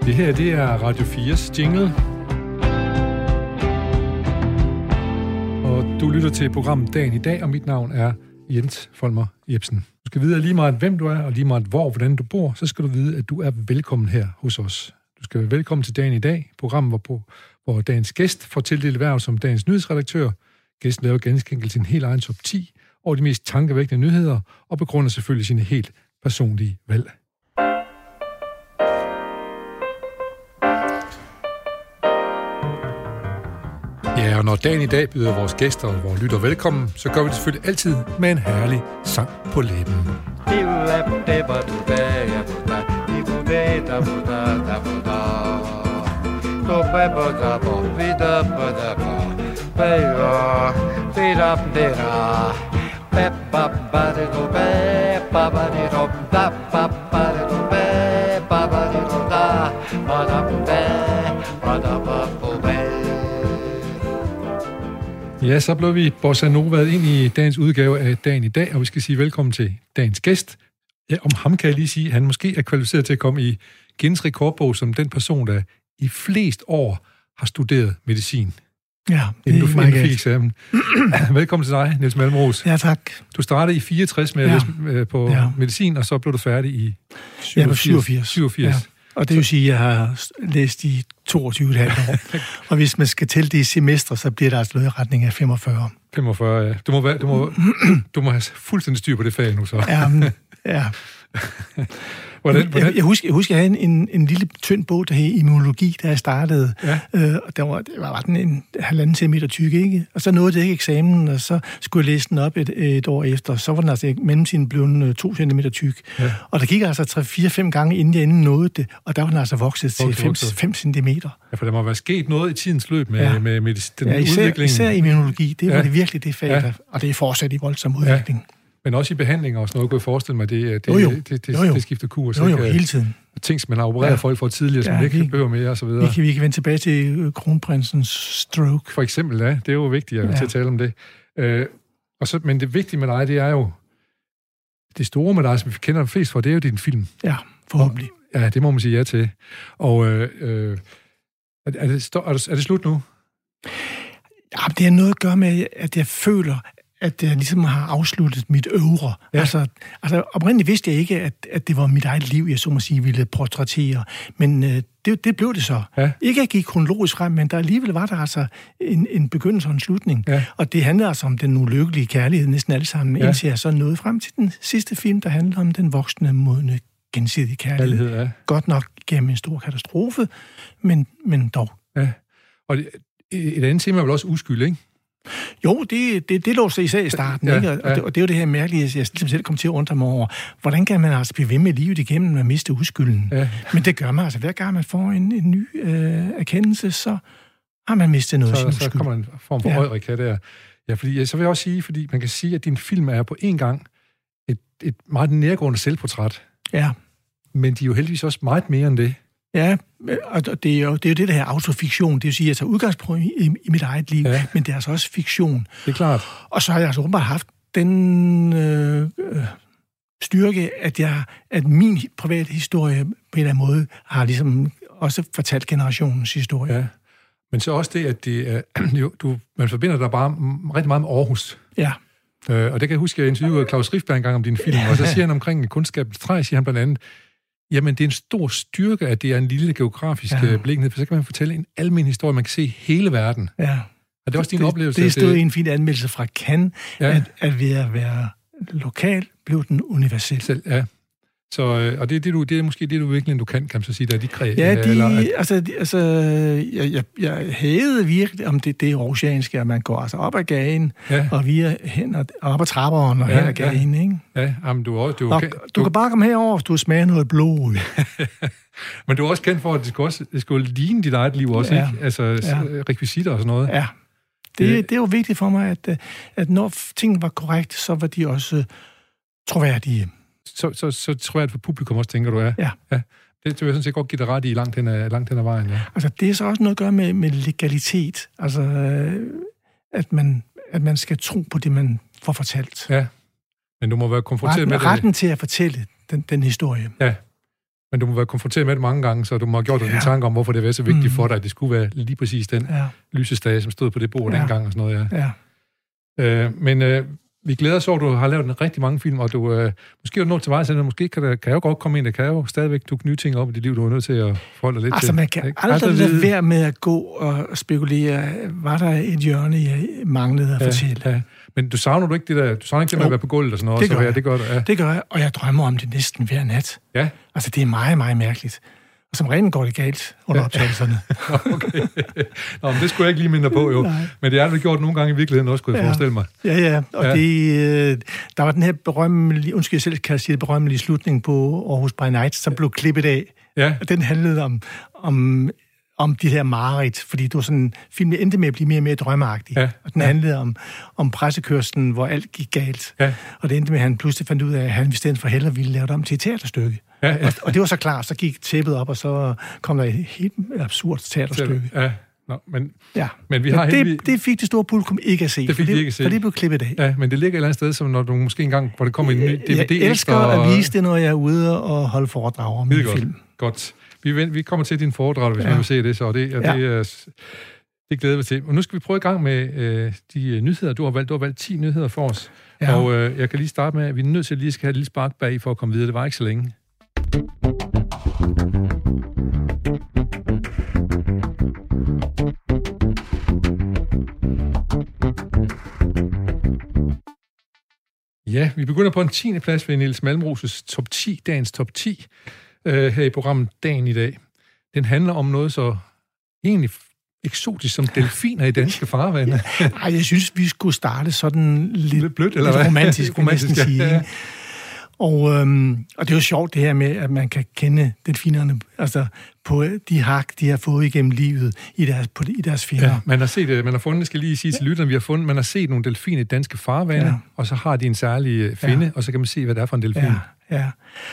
Det her, det er Radio 4's jingle. Og du lytter til programmet Dagen i dag, og mit navn er Jens Folmer Jebsen. Du skal vide lige meget, hvem du er, og lige meget hvordan du bor, så skal du vide, at du er velkommen her hos os. Du skal være velkommen til Dagen i dag, programmet, hvor dagens gæst får tildelt hverv som dagens nyhedsredaktør. Gæsten laver ganske enkelt sin helt egen top 10 over de mest tankevækkende nyheder, og begrunder selvfølgelig sine helt personlige valg. Ja, og når Dagen i dag byder vores gæster og vores lytter velkommen, så gør vi det selvfølgelig altid med en herlig sang på læben. Ja, så blev vi bossa novaet ind i dagens udgave af Dagen i dag, og vi skal sige velkommen til dagens gæst. Ja, om ham kan jeg lige sige, at han måske er kvalificeret til at komme i Guinness rekordbog som den person, der i flest år har studeret medicin. Ja, inden du fik eksamen. Velkommen til dig, Niels Malmros. Ja, tak. Du startede i 64 med at læse på medicin, og så blev du færdig i 87. Ja. Og det vil sige, at jeg har læst i 22,5 år. Og hvis man skal tælle det i semestre, så bliver der altså noget i retning af 45. 45, ja. Du må have fuldstændig styr på det fag nu, så. Ja. Jeg husker, jeg havde en lille tynd bog, der hed Immunologi, da jeg startede. Ja. Og det var den en 1,5 centimeter tyk, ikke? Og så nåede det ikke eksamen, og så skulle jeg læse den op et år efter. Så var den altså mellemtiden blevet 2 centimeter tyk. Ja. Og der gik altså 3-4-5 gange, inden jeg endelig nåede det. Og der var den altså vokset til 5 centimeter. Ja, for der må være sket noget i tidens løb med den udvikling. Især immunologi, det var det virkelig det fag, og det er fortsat i voldsom udvikling. Ja. Men også i behandlinger og sådan noget, kunne jeg forestille mig, det skifter kurs. Jo, hele tiden. Ting, som man har opereret folk for tidligere, som man ikke behøver mere, og så videre. Vi kan vende tilbage til kronprinsens stroke. For eksempel, ja. Det er jo vigtigt til at tale om det. Men det vigtige med dig, det er jo, det store med dig, som vi kender flest for, det er jo din film. Ja, forhåbentlig. Ja, det må man sige ja til. Og er det slut nu? Ja, det har noget at gøre med, at jeg føler, at jeg ligesom har afsluttet mit øvre. Ja. Altså oprindeligt vidste jeg ikke, at det var mit eget liv, jeg så må sige, ville portrættere. Men det blev det så. Ja. Ikke at gik kronologisk frem, men der alligevel var der altså en begyndelse og en slutning. Ja. Og det handler altså om den ulykkelige kærlighed, næsten alle sammen, indtil jeg så nåede frem til den sidste film, der handler om den voksne, modne, gensidige kærlighed. Ja. Godt nok gennem en stor katastrofe, men dog. Ja. Og et andet tema er vel også uskyld, ikke? Jo, det lå sig især i starten, ikke? Og det er jo det her mærkelige, jeg ligesom selv kom til at undre mig over. Hvordan kan man altså blive ved med livet igennem og miste uskylden? Ja. Men det gør man altså. Hver gang man får en ny erkendelse, så har man mistet noget af sin uskyld. Så kommer en form for øjrika der. Ja, fordi så vil jeg også sige, fordi man kan sige, at din film er på en gang et meget nærgående selvportræt. Ja. Men de er jo heldigvis også meget mere end det. Ja, og det er jo det der her autofiktion. Det vil sige, at jeg tager udgangspunkt i mit eget liv, men det er altså også fiktion. Det er klart. Og så har jeg altså åbenbart haft den styrke, at min private historie på en eller anden måde har ligesom også fortalt generationens historie. Ja. Men så også det, at man forbinder dig bare rigtig meget med Aarhus. Ja. Og det kan jeg huske, at jeg interviewede Claus Riffberg en gang om din film, og så siger han omkring kundskabens træ, siger han blandt andet, jamen, det er en stor styrke, at det er en lille geografisk beliggenhed, for så kan man fortælle en almen historie, man kan se hele verden. Ja. Og det er også din oplevelse? Det stod i en fin anmeldelse fra Cannes, at ved at være lokal, blev den universel. Ja. Så, og det er måske det, du virkelig kan man så sige, der er de greb. Ja, jeg hævede virkelig om det aarhusianske, at man går altså op ad gaden, og via hen og op ad trapperen og hen ad gaden, ikke? Ja, men du kan bare komme herover, hvis du smager noget blod. Men du er også kendt for, at det skulle ligne dit eget liv også, ikke? Altså rekvisitter og sådan noget. Ja. Det er jo vigtigt for mig, at når tingene var korrekt, så var de også troværdige. Så tror jeg, at for publikum også tænker du, ja. Det vil jeg sådan set godt give dig ret i langt hen ad vejen, ja. Altså, det er så også noget at gøre med legalitet. Altså, at man skal tro på det, man får fortalt. Ja, men du må være konfronteret med det. Retten til at fortælle den historie. Ja, Men du må være konfronteret med det mange gange, så du må have gjort dig en tanke om, hvorfor det var så vigtigt for dig, at det skulle være lige præcis den lysestage, som stod på det bord dengang og sådan noget. Ja. Men vi glæder os over, at du har lavet en rigtig mange film, og du måske er du nået til vejs, måske kan jo godt komme ind, der kan jo stadigvæk dukke nye ting op i dit liv, du er nødt til at forholde dig lidt til. Altså, man kan aldrig lade være med at gå og spekulere. Var der et hjørne, jeg manglede at fortælle? Ja. Men du savner du ikke det der? Du savner ikke det med at være på gulvet og sådan noget? Det gør jeg, og jeg drømmer om det næsten hver nat. Ja. Altså, det er meget, meget mærkeligt. Og som regel går det galt under optagelserne. Okay. Nå, men det skulle jeg ikke lige mindre på, jo. Nej. Men det er det gjort nogle gange i virkeligheden også, kunne jeg forestille mig. Ja. Og der var den her berømmelige, undskyld, jeg selv kan sige det, berømmelige slutning på Aarhus by Night, som blev klippet af. Ja. Og den handlede om de her mareridt, fordi det var sådan, filmen endte med at blive mere og mere drømmeagtig. Ja. Og den handlede om pressekørslen, hvor alt gik galt. Ja. Og det endte med, at han pludselig fandt ud af, at han i stedet for hellere ville lave det om til et teaterstykke. Ja. Og det var så klart, så gik tæppet op, og så kom der et helt absurd teaterstykke. Ja. Nå, men vi har det fik det store publikum ikke at se. Det fik de ikke at se. For det blev klippet af. Ja, men det ligger et eller andet sted, som når du måske engang, hvor det kommer en ny DVD. Jeg elsker at vise det, når jeg er ude og holde foredrag om min film. Godt. Vi kommer til din foredrag, hvis man vil se det, så det glæder vi til. Og nu skal vi prøve i gang med de nyheder, du har valgt. Du har valgt 10 nyheder for os. Ja. Og jeg kan lige starte med, at vi er nødt til at lige skal have et lille spark bag for at komme videre. Det var ikke så længe. Ja, vi begynder på en 10. plads ved Niels Malmros' top 10, dagens top 10, her i programmet Dagen i dag. Den handler om noget så egentlig eksotisk som delfiner i danske farvande. Ej, jeg synes, vi skulle starte sådan lidt blødt, eller hvad? Romantisk, sige. Ja. Og det er jo sjovt det her med, at man kan kende delfinerne, altså på de hak, de har fået igennem livet i deres finner. Ja, man har fundet, skal lige sige til lytterne, man har set nogle delfiner i danske farvande, og så har de en særlig finde, og så kan man se, hvad det er for en delfin. Ja.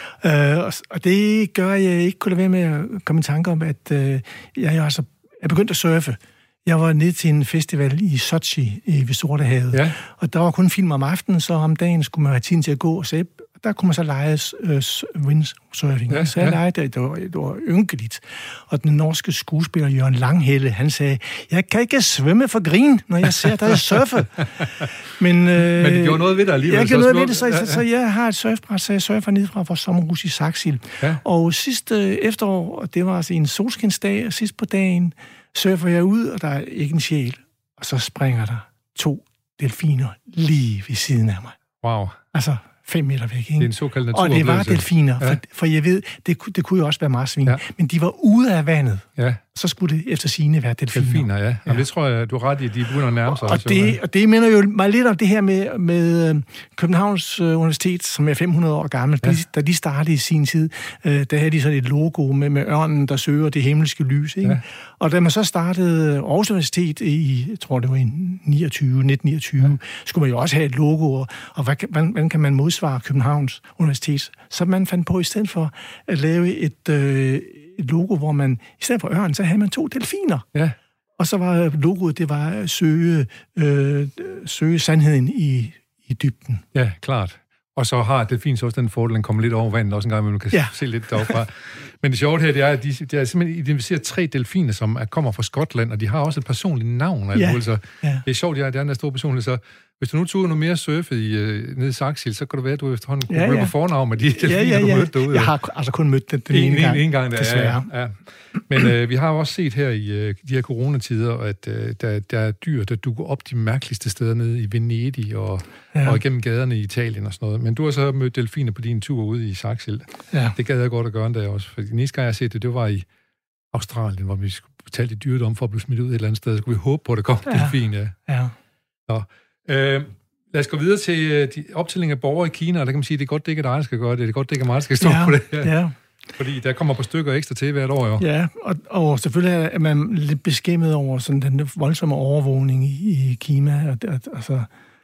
Og det gør, at jeg ikke kunne lade være med at komme i tanke om, at jeg altså er begyndt at surfe. Jeg var nede til en festival i Sochi ved Sortehavet, og der var kun film om aftenen, så om dagen skulle man have tiden til at gå, og så der kunne man så lege windsurfing. Ja, så jeg legede det, det var ynkeligt. Og den norske skuespiller Jørgen Langhelle, han sagde, jeg kan ikke svømme for grin, når jeg ser dig surfe. Men det gjorde noget ved dig alligevel. Jeg gjorde noget ved det, så jeg har et surfbræt, så jeg surfer ned fra vores sommerhus i Saxil. Ja. Og sidste efterår, og det var altså en solskinsdag, og sidst på dagen, surfer jeg ud, og der er ikke en sjæl. Og så springer der 2 delfiner lige ved siden af mig. Wow. Altså 5 meter væk, ikke? Det er en såkaldt naturoplevelse. Og det var delfiner, for jeg ved, det kunne jo også være marsvin, men de var ude af vandet. Ja. Så skulle det efter sigende være delfiner. Ja. Jamen, det tror jeg, du er ret i, at de begynder at nærme sig. Og det minder jo mig lidt om det her med Københavns Universitet, som er 500 år gammel. Ja. Da de startede i sin tid, der havde de sådan et logo med ørnen, der søger det himmelske lys. Ikke? Ja. Og da man så startede Aarhus Universitet i, jeg tror det var i 1929, skulle man jo også have et logo, og hvordan kan man modsvare Københavns Universitet? Så man fandt på, i stedet for at lave et logo, hvor man, i stedet for ørnen, så havde man 2 delfiner. Ja. Og så var logoet, det var at søge sandheden i dybden. Ja, klart. Og så har delfin så også den fordel, den kommer lidt over vandet også en gang, men man kan se lidt deroppe. Men det sjove her, det er, at de har simpelthen identificeret 3 delfiner, som kommer fra Skotland, og de har også et personligt navn. Altså. Ja. Det er sjovt, det er en stor personlighed. Så hvis du nu tog noget mere surfet nede i Saxil, så kan du være, at du efterhånden kunne gå på fornavn med de delfiner, du mødte derude. Jeg har altså kun mødt den en gang der, desværre. Ja. Men vi har jo også set her i de her coronatider, at der er dyr, der dukker op de mærkeligste steder nede i Venedig og igennem gaderne i Italien og sådan noget. Men du har så mødt delfiner på din tur ude i Saxil. Ja. Det gad jeg godt at gøre en dag også. For den næste gang, jeg har set det var i Australien, hvor vi skulle betale i dyret om for at blive smidt ud et eller andet sted. Så skulle vi håbe på, at der kom delfin. Ja. Nå. Lad os gå videre til optælling af borgere i Kina, og der kan man sige, at det er godt, det ikke er dig, der skal gøre det. Det er godt, det ikke er mig, der skal stå på det. Ja. Fordi der kommer på stykker ekstra til hvert år, jo. Ja, og selvfølgelig er man lidt beskæmmet over sådan den voldsomme overvågning i Kina, altså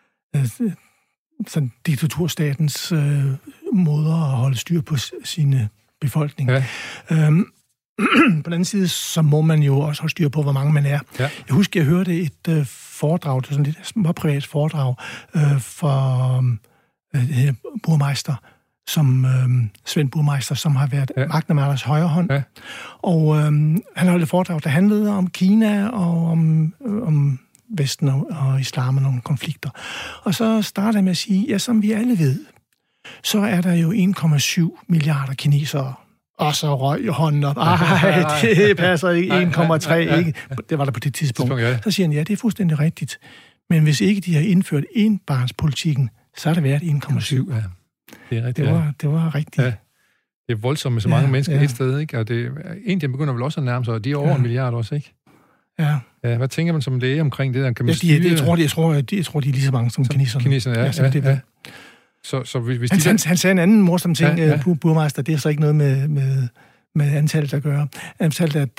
sådan diktaturstatens måder at holde styr på sine befolkning. Ja. På den anden side, så må man jo også holde styr på, hvor mange man er. Ja. Jeg husker, jeg hørte et foredrag, det var sådan lidt småprivat foredrag, for burmeister, som Svend Burmeister, som har været McNamaras højre hånd. Ja. Og han holdt et foredrag, der handlede om Kina og om Vesten og islam og nogle konflikter. Og så starter han med at sige, ja, som vi alle ved, så er der jo 1,7 milliarder kinesere. Og så røg hånden op. Det passer ikke. 1,3. Ikke. Det var der på det tidspunkt. Så siger han, ja, det er fuldstændig rigtigt. Men hvis ikke de har indført enbarnspolitikken, så har det været 1,7. Ja. Det er rigtigt. Det var rigtigt. Ja. Det er voldsomt med så mange mennesker et sted, ikke? Og Indien begynder vel også at nærme sig, og de er over 1 milliard også, ikke? Ja. Hvad tænker man som læge omkring det der? Kan man jeg tror, de er lige så mange som kineserne. Kineserne, Så hvis han sagde en anden morsom ting, Burmeister, det er så ikke noget med antallet at gøre. Han fortalte, at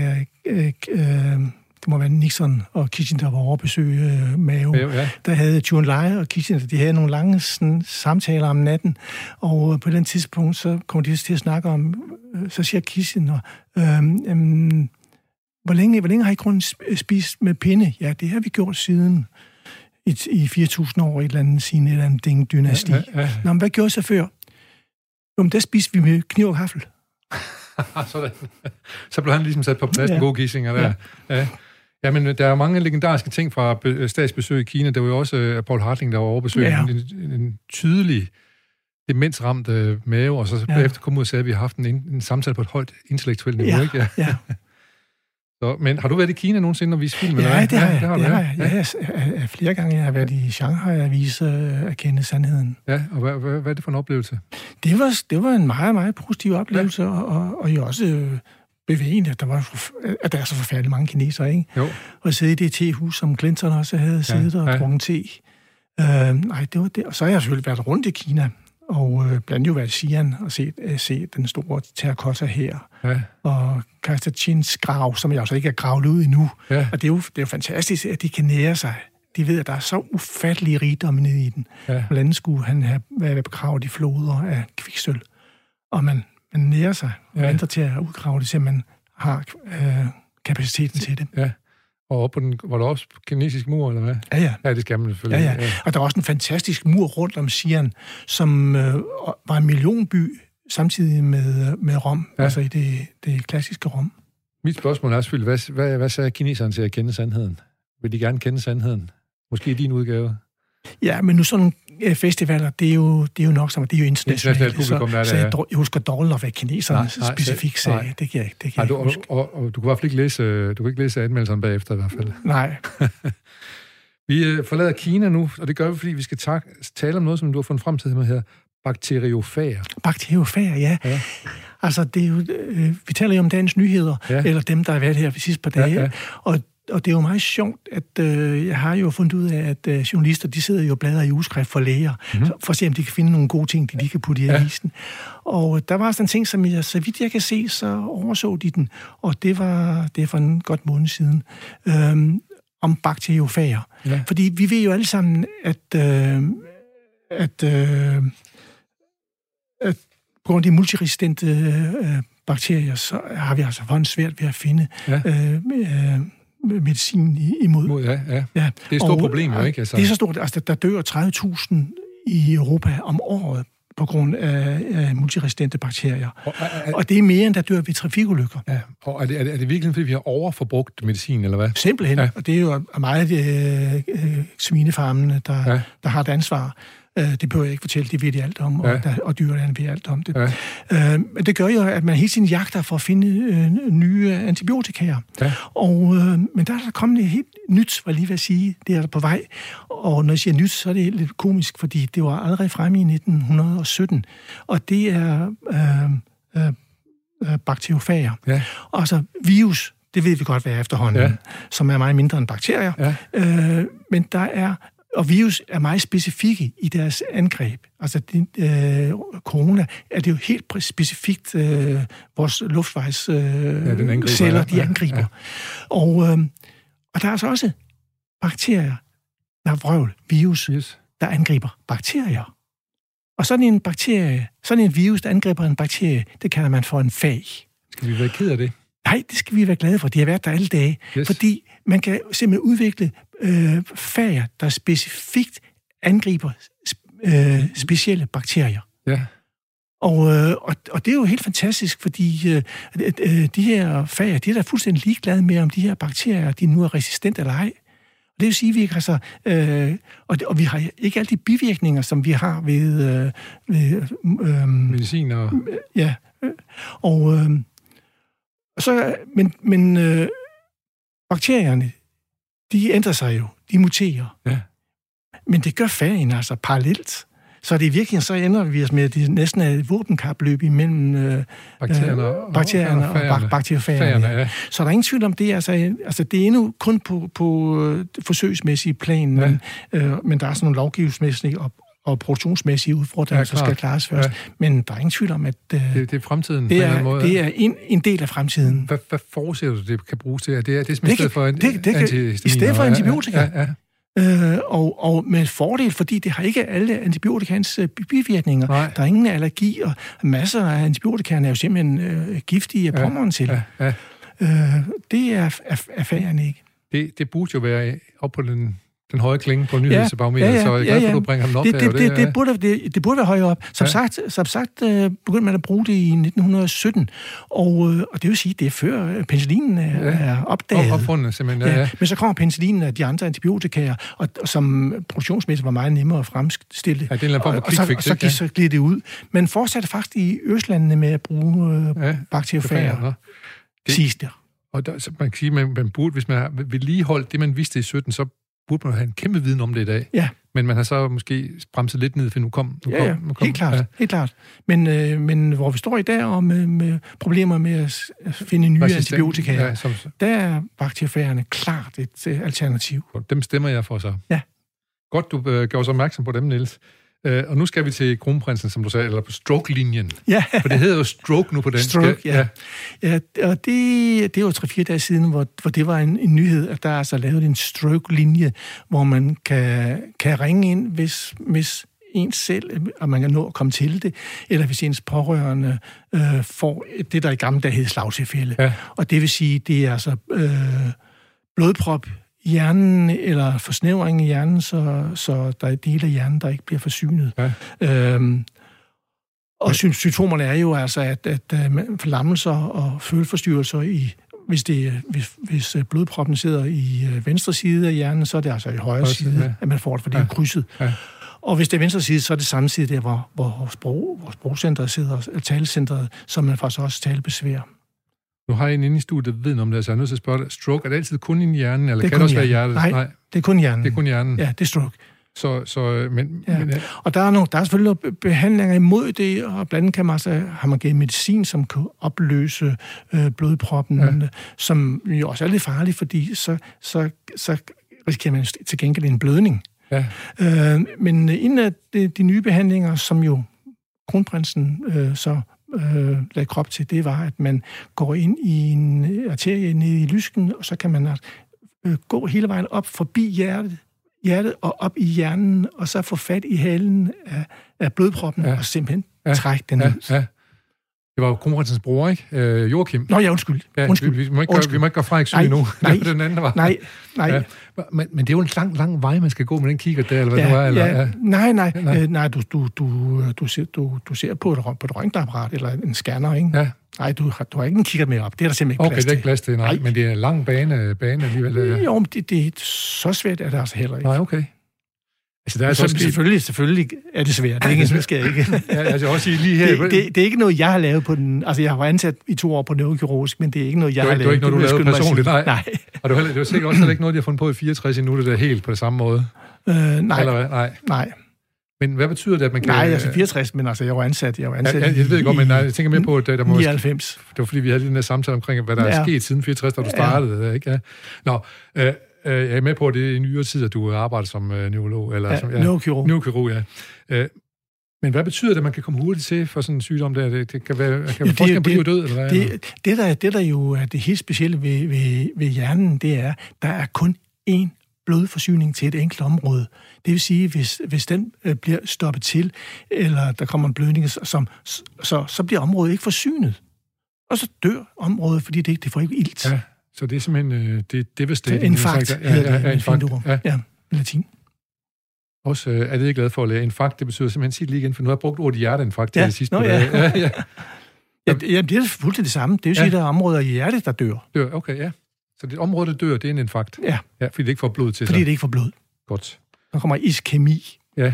det må være Nixon og Kissinger, der var over at besøge Mao. Der havde Zhou Enlai og Kissinger, de havde nogle lange samtaler om natten, og på den tidspunkt, så kommer de til at snakke om, så siger Kissinger, hvor længe har I grunden spist med pinde? Ja, det har vi gjort siden i 4.000 år, et eller andet siden et eller andet dynasti. Nå, men hvad gjorde I så før? Jo, men der spiste vi med kniv og gaffel. Så blev han ligesom sat på plads, den gode Kissinger der. Ja, men der er mange legendariske ting fra statsbesøg i Kina. Der var jo også Poul Hartling, der var overbesøgt en tydelig demensramt mave, og så efter kom ud og sagde, at vi har haft en samtale på et højt intellektuelt niveau, ikke? Ja. Så, men har du været i Kina nogensinde og vist film? Ja, det har jeg. Ja, flere gange. Jeg har været i Shanghai og vise at kende sandheden. Ja, og hvad er det for en oplevelse? Det var en meget, meget positiv oplevelse, og jo også bevægende, at der er så forfærdeligt mange kinesere, ikke? Jo. Og sidde i det tehus, som Clinton også havde siddet og drukket te. Det var det. Og så har jeg selvfølgelig været rundt i Kina, og blandt andet jo været i Xi'an og se den store terrakotta her. Ja. Og Kejser Qins grav, som jeg også ikke er gravet ud endnu. Ja. Og det er jo fantastisk, at de kan nære sig. De ved, at der er så ufattelige rigdomme nede i den. Ja. Blandt andet skulle han have været begravet i floder af kviksølv. Og man nærer sig og venter til at udgrave det, så man har kapaciteten til det. Ja. Og var der også kinesisk mur, eller hvad? Ja. Ja, det skal man selvfølgelig. Ja. Og der var også en fantastisk mur rundt om Xi'an, som var en millionby, samtidig med Rom, altså i det klassiske Rom. Mit spørgsmål er selvfølgelig, hvad sagde kineserne til at kende sandheden? Vil de gerne kende sandheden? Måske i din udgave? Ja, men nu sådan festivaler, det er jo nok som, det er jo internationalt publikum, så jeg husker dårligt, hvad kineserne specifikt sagde. Det kan jeg ikke huske. Og du kan i hvert fald ikke læse anmeldelserne bagefter i hvert fald. Nej. Vi forlader Kina nu, og det gør vi, fordi vi skal tale om noget, som du har fundet frem til med her. Bakteriofager. Bakteriofager, ja. Altså, det er jo, vi taler jo om dagens nyheder, eller dem, der har været her sidste par dage, og det er jo meget sjovt, at jeg har jo fundet ud af, at journalister, de sidder jo og bladrer i ugeskrift for læger, for at se, om de kan finde nogle gode ting, de lige kan putte i avisen. Og der var sådan en ting, som jeg, så vidt jeg kan se, så overså de den, og det er for en godt måned siden, om bakteriofager. Ja. Fordi vi ved jo alle sammen, at på grund af de multiresistente bakterier, så har vi altså været svært ved at finde medicin imod. Ja. Det er et stort problem, jo ikke? Altså. Det er så stort. Altså, der dør 30.000 i Europa om året på grund af multiresistente bakterier. Og det er mere, end der dør ved trafikulykker. Ja. Og er det virkelig, fordi vi har overforbrugt medicin, eller hvad? Simpelthen. Ja. Og det er jo meget svinefarmene, der har et ansvar. Det behøver jeg ikke fortælle, det ved de alt om, og dyrlægen ved alt om det. Ja. Men det gør jo, at man hele tiden jagter for at finde nye antibiotikaer. Ja. Men der er der kommet et helt nyt, var lige ved at sige, det er der på vej. Og når jeg siger nyt, så er det lidt komisk, fordi det var allerede fremme i 1917. Og det er bakteriofager. Ja. Og så virus, det ved vi godt, hvad er efterhånden, som er meget mindre end bakterier. Ja. Men der er... Og virus er meget specifikke i deres angreb. Altså, corona er det jo helt specifikt vores luftvejsceller, de angriber. Ja. Og der er altså også bakterier, der er vrøvl, virus, der angriber bakterier. Og sådan en virus, der angriber en bakterie, det kalder man for en fag. Skal vi være ked af det? Nej, det skal vi være glade for. De har været der alle dage. Yes. Fordi man kan simpelthen udvikle fager, der specifikt angriber specielle bakterier. Ja. Og det er jo helt fantastisk, fordi de her fager, de er da fuldstændig ligeglade med, om de her bakterier, de nu er resistente eller ej. Det vil sige, at vi ikke og vi har ikke alle de bivirkninger, som vi har ved medicin og... Ja. Men bakterierne, de ændrer sig jo. De muterer. Ja. Men det gør fagen altså parallelt. Så det i virkeligheden, så ender vi os med, at det næsten er et våbenkapløb imellem bakterierne og bakteriefagerne. Ja. Så der er ingen tvivl om det. Altså det er endnu kun på forsøgsmæssige plan, men der er sådan nogle lovgivningsmæssige og produktionsmæssige udfordringer, der skal klares først. Ja. Men der er ingen tvivl om, at det er fremtiden. Det er en del af fremtiden. Hvad forudser du, det kan bruges til? Det er i stedet for antihistaminer? I stedet for antibiotika. Ja. Og med fordel, fordi det har ikke alle antibiotikans bivirkninger. Nej. Der er ingen allergi, og masser af antibiotikerne er jo simpelthen giftige af pommeren til. Ja. Det er fagerne ikke. Det burde jo være op på den høje klinge på nyhedsbarometeret, så jeg er glad for, at du bringer den op det burde være højere op. Som sagt begyndte man at bruge det i 1917, og det vil sige, det er før penicillinen er opdaget. Opfundet, simpelthen, ja. Men så kommer penicillinen af de andre antibiotikaer, og som produktionsmæssigt var meget nemmere at fremstille. Ja, det er og så gled det ud. Men fortsatte faktisk i Østlandene med at bruge bakteriofager. Siges det. Og så man kan sige, man burde, hvis man har vedligeholdt det, man vidste i 17, så burde man have en kæmpe viden om det i dag. Ja. Men man har så måske bremset lidt ned, for nu kom. Helt klart. Men hvor vi står i dag og med problemer med at finde nye antibiotika, der er bakteriefagerne klart et alternativ. Dem stemmer jeg for så. Ja. Godt, du gjorde så opmærksom på dem, Niels. Og nu skal vi til kronprinsen, som du sagde, eller på stroke-linjen. Ja. For det hedder jo stroke nu på den. Stroke, ja. Og det er jo 3-4 dage siden, hvor det var en nyhed, at der er altså lavet en stroke-linje, hvor man kan ringe ind, hvis ens selv, og man kan nå at komme til det, eller hvis ens pårørende får det, der i gamle dage hed slagtilfælde. Ja. Og det vil sige, det er altså blodprop i hjernen, eller forsnævring i hjernen, så der er dele af hjernen, der ikke bliver forsynet. Ja. Og symptomerne er jo altså, at forlammelser og føleforstyrrelser hvis blodproppen sidder i venstre side af hjernen, så er det altså i højre side, at man får det, for det er krydset. Ja. Og hvis det er venstre side, så er det samme side der, hvor sprogcentret sidder, talencentret, så man faktisk også talebesvær. Nu har jeg en inde i studiet, der ved om det, så jeg er nødt til at spørge dig. Stroke, er det altid kun i hjernen, eller kan det også være i hjertet? Nej, det er kun hjernen. Det er kun hjernen. Ja, det er stroke. Men og der er selvfølgelig behandlinger imod det, og blandt andet har man givet medicin, som kan opløse blodproppen, som jo også er lidt farligt, fordi så risikerer man til gengæld en blødning. Ja. Men en af de nye behandlinger, som jo kronprinsen lagde krop til, det var, at man går ind i en arterie nede i lysken, og så kan man gå hele vejen op forbi hjertet og op i hjernen, og så få fat i halen af blodproppen, og simpelthen trække den ud. Ja. Det var jo kronprinsens bror, ikke? Joachim. Nå ja, undskyld. Vi må ikke gøre Frederik syg nu. Nej. Den anden var. Nej. Ja. Men det er jo en lang vej, man skal gå med den kigger der, eller hvad det var? Eller? Nej, du ser på et røntgenapparat, eller en scanner, ikke? Ja. Nej, du har ikke en kigger med op. Det er der simpelthen ikke plads til. Okay, det er ikke plads til, nej. Men det er en lang bane alligevel. Ja. Jo, men det er så svært, at det altså heller ikke. Nej, okay. Altså, der er selvfølgelig er det svært. Det er ikke, skal jeg ikke. Altså også lige her. Det er ikke noget, jeg har lavet på den. Altså, jeg har ansat i 2 år på neurokirurgisk, men det er ikke noget, jeg har lavet. Det er ikke noget, du lavede personligt, nej. Og det var sikkert også ikke noget, de har fundet på i 64 endnu, det der helt på det samme måde. Nej. Eller hvad? Nej. Men hvad betyder det, at man kan... Nej, altså 64, men altså, jeg var ansat jeg ved godt, men jeg tænker mere på, at der må... 99. Det var, fordi vi havde den der samtale omkring, hvad der er sket siden 64, da du startede, ikke? Ja. Nå, jeg er med på, at det er i nyere tid, at du arbejder som neurolog, eller som neurokirurg, ja. Men hvad betyder det, at man kan komme hurtigt til for sådan en sygdom der? Det kan være forskel på liv og død, eller hvad? Det der jo er det helt specielle ved hjernen, det er, der er kun én blodforsyning til et enkelt område. Det vil sige, hvis den bliver stoppet til, eller der kommer en blødning, så bliver området ikke forsynet. Og så dør området, fordi det får ikke ilt. Ja, så det er simpelthen det devastating. Infarkt hedder det. Ja, latin. Også er det glad for at lære. Infarkt, det betyder simpelthen, sig det lige igen, for nu har jeg brugt ordet hjerteinfarkt til sidst. Ja, det er fuldstændig det samme. Det er jo sige, at der er områder i hjertet, der dør. Okay, ja. Så det område, der dør, det er en infarkt? Ja. Fordi det ikke får blod til sig? Fordi det ikke får blod. Godt. Der kommer iskemi. Ja.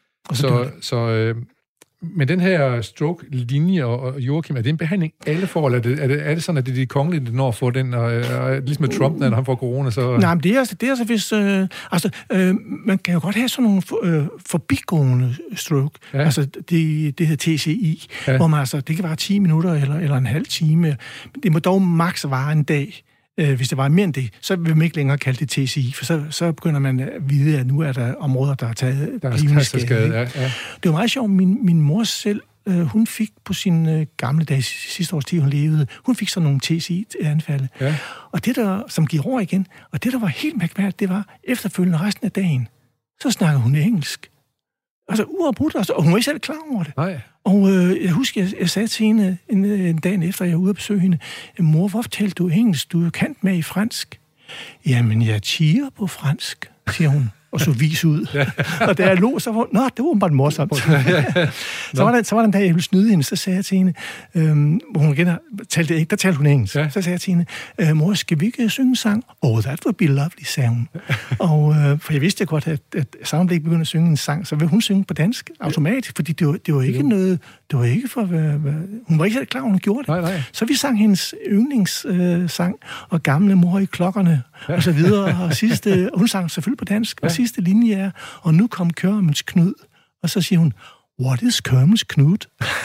Men den her stroke-linje og Joachim, er det en behandling alle får, eller er det sådan, at det er de kongelige, der når at få den, og ligesom med Trump, når han får corona, så... Nej, men det er altså hvis... man kan jo godt have sådan nogle forbigående stroke. Ja. Altså, det hedder TCI, hvor man altså, det kan være 10 minutter eller en halv time. Det må dog maks vare en dag. Hvis det var mere end det, så vil man ikke længere kalde det TCI, for så begynder man at vide, at nu er der områder, der har taget blivende skade. Ja. Det var meget sjovt. Min mor selv, hun fik på sin gamle dage, sidste års tid, hun levede, hun fik sådan nogle TCI-anfald. Ja. Og det der, som gik over igen, og det der var helt mærkværdigt, det var efterfølgende resten af dagen, så snakkede hun engelsk. Altså uafbrudt, og hun var ikke selv klar over det. Nej. Og jeg husker, jeg sagde til hende en dag efter, jeg var ude at besøge hende, mor, hvorfor talte du engelsk? Du er jo kendt med i fransk. Jamen, jeg tiger på fransk, siger hun, og så vis ud. Ja. Og da jeg lå, så var det var bare morsomt. Så var der en dag, jeg ville snyde hende, så sagde jeg til hende, hvor hun igen talte hun engelsk. Ja. Så sagde jeg til hende, mor, skal vi ikke synge en sang? That would be lovely, sagde hun. Og for jeg vidste godt, at Soundblik begyndte at synge en sang, så ville hun synge på dansk automatisk, fordi det var ikke noget, det var ikke for, hun var ikke selv klar, hun gjorde det. Nej. Så vi sang hendes yndlingssang, og gamle mor i klokkerne, og så videre, og hun sang selvfølgelig på dansk, og sidste linje er, og nu kom Kørmens Knud, og så siger hun, what is Kørmens Knud?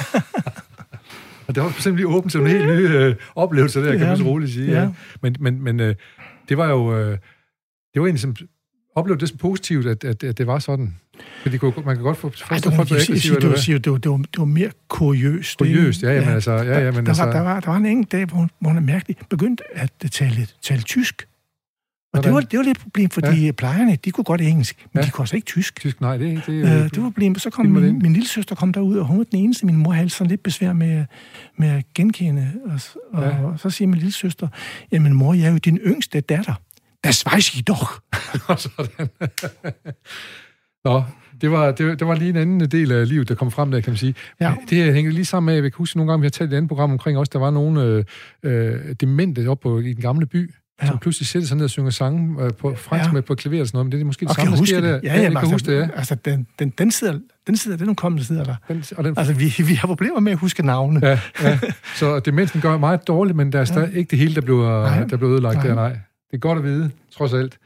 Og det var simpelthen lige åbent til en helt ny oplevelse, der kan man så roligt sige. Ja. Men det var jo, det var egentlig som oplevede det som positivt, at det var sådan. Fordi man kan godt få forstå folk, der er aggressive, eller hvad? Det var mere kuriøst. Kuriøst, ja. Der var en enkelt dag, hvor hun mærkeligt begyndte at tale tysk. Og det var lidt et problem, fordi plejerne, de kunne godt engelsk, men de kunne også ikke tysk. Tysk, nej, det var problemet. Så kom min lille søster derud, og hun var den eneste. Min mor havde sådan lidt besvær med at genkende. Og så siger min lille søster, jamen mor, jeg er jo din yngste datter. Das weiß ich doch. Sådan. Nå, det var lige en anden del af livet, der kom frem der, kan man sige. Ja. Det hænger lige sammen med, jeg kan huske nogle gange, vi har talt et andet program omkring også, der var nogle demente oppe i den gamle by, som pludselig sætter sig ned og synger sange på fransk med på klaver og sådan noget, men det er måske det samme, der sker der. Jeg kan huske det, ja. Altså, den sidder, den hukommelse sidder der. Altså, vi har problemer med at huske navne. Ja. Så demensen gør meget dårligt, men der er stadig ikke det hele, der bliver ødelagt der, nej. Det er godt at vide, trods alt.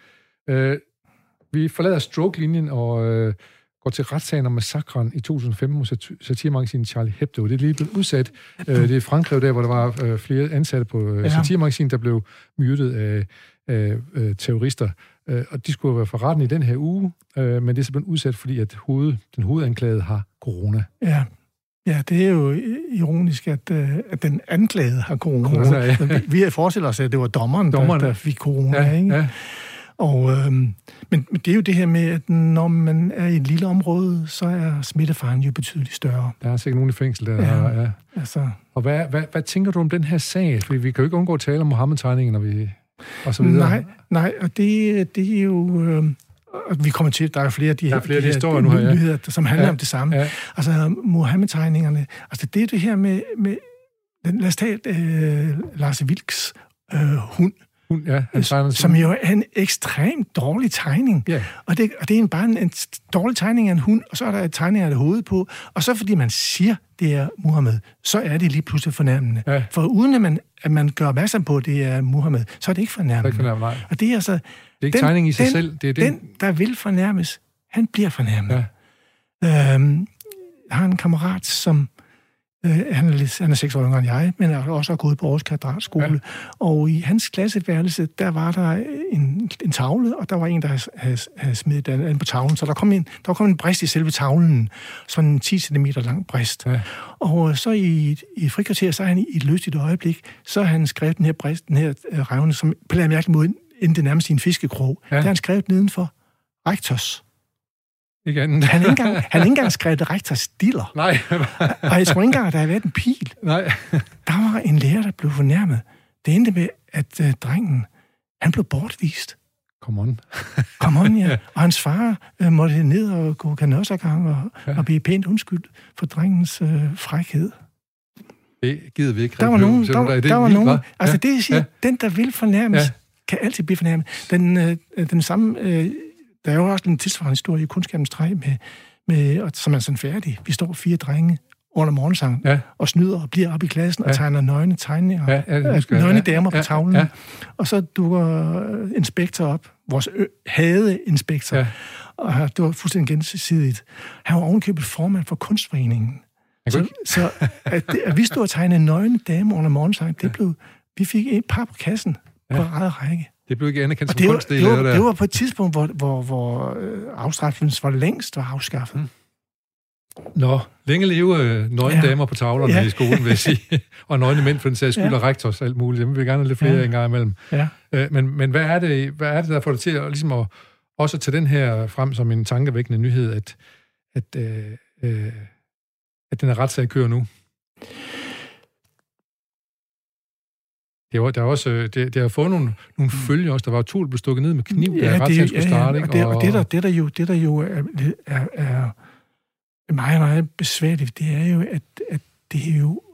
Vi forlader stroke-linjen og går til retssagen om massakren i 2015 hos satiremagasinet Charlie Hebdo. Det er lige blevet udsat. Det er Frankrig, der hvor der var flere ansatte på satiremagasinet, der blev myrdet af terrorister. Og de skulle være for retten i den her uge, men det er så blevet udsat, fordi at den hovedanklagede har corona. Ja, det er jo ironisk, at den anklagede har corona. Altså, vi har forestillet os, at det var dommeren. Der fik corona, ikke? Ja. Og, men det er jo det her med, at når man er i et lille område, så er smittefaren jo betydeligt større. Der er sikkert nogen i fængsel, der altså. Og hvad tænker du om den her sag? Fordi vi kan jo ikke undgå at tale om Mohammed-tegningerne og så videre. Nej, og det er jo... vi kommer til, der er flere af de her historier nu her, nyheder, som handler om det samme. Ja. Altså, Mohammed-tegningerne, altså det er det her med lad os tage Lars Vilks hund, som jo er en ekstremt dårlig tegning. Yeah. Og det er bare en dårlig tegning af en hund, og så er der et tegning af det hoved på, og så fordi man siger, det er Muhammed, så er det lige pludselig fornærmende. Ja. For uden at man gør opmærksom på, at det er Muhammed, så er det ikke fornærmende. Det er ikke fornærmende, nej. Og det er altså... Det er ikke tegning i sig selv. Det er den, der vil fornærmes, han bliver fornærmet. Ja. Jeg har en kammerat, som... Han er 6 år yngre end jeg, men har også gået på Aarhus Kvadratskole. Ja. Og i hans klasseværelse, der var der en tavle, og der var en, der havde smidt den på tavlen. Så der kom en brist i selve tavlen, sådan en 10 cm lang brist. Ja. Og så i frikvarter, så har han i et lystigt øjeblik, så har han skrevet den her brist, den her revne, som på en mærkelig måde endte nærmest i en fiskekrog. Ja. Der har han skrevet nedenfor Rektors. Han har ikke engang skrevet Rektors diller. Nej. Og jeg tror ikke engang, at der har været en pil. Nej. Der var en lærer, der blev fornærmet. Det endte med, at drengen, han blev bortvist. Come on. Come on, ja. Og hans far måtte ned og gå kanossergang og blive pænt undskyldt for drengens frækhed. Det gider vi ikke. Der var nogen. Altså det, jeg siger, den, der vil fornærmes, kan altid blive fornærmet. Den samme... der er jo også en tilsvarende historie i Kundskabens Træ, som er sådan færdig. Vi står 4 drenge under morgensang og snyder og bliver op i klassen og tegner nøgne tegninger, nøgne damer på tavlen. Ja. Og så dukker inspektor op, vores hade inspektor, og det var fuldstændig gensidigt. Han var ovenkøbet formand for Kunstforeningen. Så at vi stod og tegnede nøgne damer under morgensang, vi fik et par på kassen på eget række. Det blev ikke anerkendt som kunst. Det var på et tidspunkt, hvor afstraffelsen var længst var afskaffet. Nå, længe leve nøgne damer på tavlerne i skolen, vil jeg sige. Og nøgne mænd, for den sags skyld, og rektors alt muligt. Dem vil vi gerne have lidt flere en gang imellem. Ja. Men hvad er det, der får dig til at, ligesom at også tage den her frem som en tankevækkende nyhed, at den her retssag kører nu? Det har fået nogle følger også. Der var 2, der blev stukket ned med kniv, da retssagen skulle starte. Det der jo er meget, meget besværligt, det er jo, at det er jo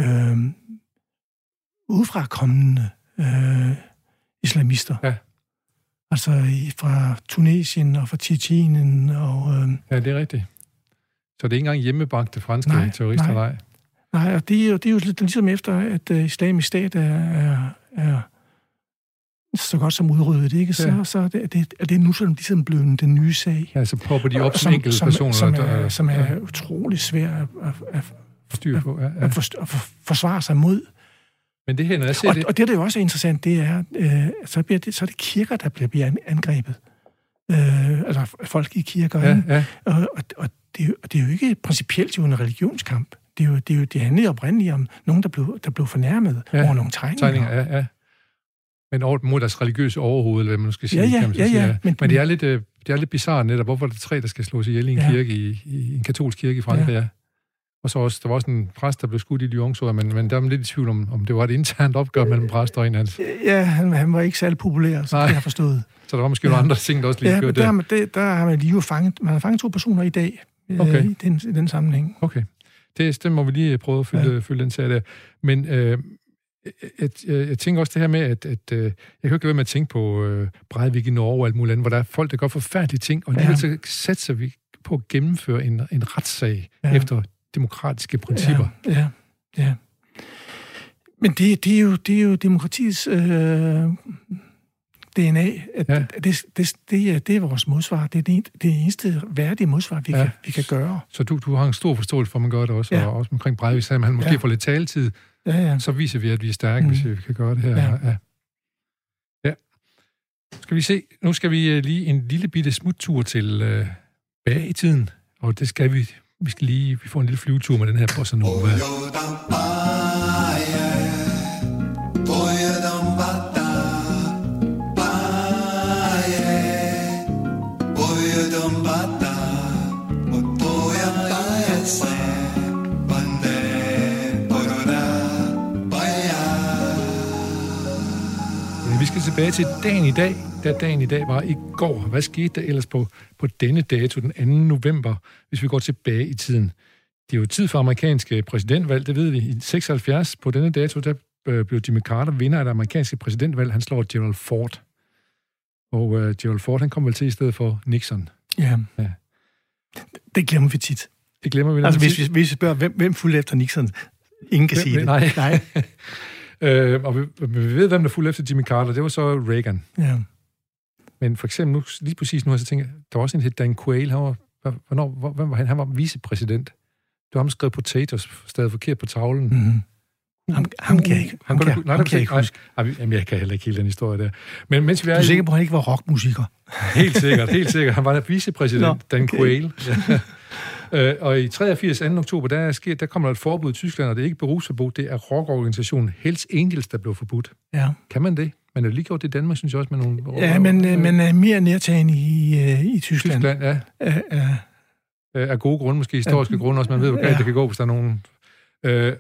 udefrakommende islamister. Ja. Altså fra Tunesien og fra Tjetjenien. Ja, det er rigtigt. Så det er ikke engang hjemmebagte franske terrorister, nej. Nej, og det er jo ligesom efter, at Islamisk Stat er så godt som udryddet, ikke? Så er det nu sådan ligesom blevet den nye sag. Ja, så popper de op som enkelte personer. Som er utrolig svært at styre på, at forsvare sig mod. Men det her, når jeg ser og det, der jo også er interessant, det er, så er det kirker, der bliver angrebet. Altså folk i kirker. Ja. Og det er jo ikke principielt jo en religionskamp. Det handler jo oprindeligt om nogen, der blev fornærmet over nogle tegninger. Ja. Men mod deres religiøse overhoved, eller hvad man skal sige. Kan man sige. Men det er lidt bizarrt netop, hvorfor er det 3, der skal slås ihjel i en kirke, i en katolsk kirke i Frankrig. Ja. Og så også, der var også en præst, der blev skudt i Lyon, men der er man lidt i tvivl om det var et internt opgør mellem præst og en hans. Ja, han var ikke særlig populær, så det har forstået. Så der var måske nogle andre ting, der også lige gjorde det. Der har man lige man har fanget 2 personer i dag i den sammenhæng. Okay. Det må vi lige prøve at følge den sag der. Men jeg tænker også det her med, at jeg kan jo ikke være med at tænke på Breivik i Norge og alt muligt andet, hvor der er folk, der gør forfærdelige ting, og alligevel så satser vi på at gennemføre en retssag efter demokratiske principper. Ja. Men det er jo demokratiets DNA. Det er vores modsvar. Det er det eneste værdige modsvar, vi kan gøre. Så du har en stor forståelse for, at man gør det også, og også omkring Breivik, så man måske får lidt taletid, så viser vi, at vi er stærke, hvis vi kan gøre det her. Ja. Skal vi se. Nu skal vi lige en lille bitte smuttur til bag i tiden, og det skal vi. Vi får en lille flyvetur med den her bossa nova. Vi skal tilbage til dagen i dag, da dagen i dag var i går. Hvad skete der ellers på denne dato, den 2. november, hvis vi går tilbage i tiden? Det er jo tid for amerikanske præsidentvalg, det ved vi. I 76 på denne dato, der blev Jimmy Carter vinder af det amerikanske præsidentvalg. Han slår Gerald Ford. Og Gerald Ford, han kom vel til i stedet for Nixon. Ja. Det glemmer vi tit. Det glemmer vi altså, hvis vi spørger, hvem fulgte efter Nixon? Ingen kan sige det. Nej. Og vi ved, hvem der fulgte efter Jimmy Carter. Det var så Reagan. Ja. Men for eksempel, lige præcis nu, så tænker jeg, der var også en hed Dan Quayle. Hvem var han? Han var vicepræsident. Det var ham, skrev potatoes, stadig forkert på tavlen. Mm-hmm. Ham kan jeg ikke. Han kan ikke huske. Jamen, jeg kan heller ikke hele den historie der. Men mens vi er du er sikker på, at han ikke var rockmusiker? Helt sikkert. Han var vicepræsident, Dan Quayle. Og i 83. 2. oktober, der kommer der et forbud i Tyskland, og det er ikke berusverbud, det er rockorganisationen Hells Angels, der blev forbudt. Ja. Kan man det? Man har lige gjort det i Danmark, synes jeg også, med nogle... Ja, men er mere nærtagende i Tyskland. Tyskland, ja. Af gode grunde, måske historiske grunde også. Man ved, hvor galt det kan gå, hvis der er nogen...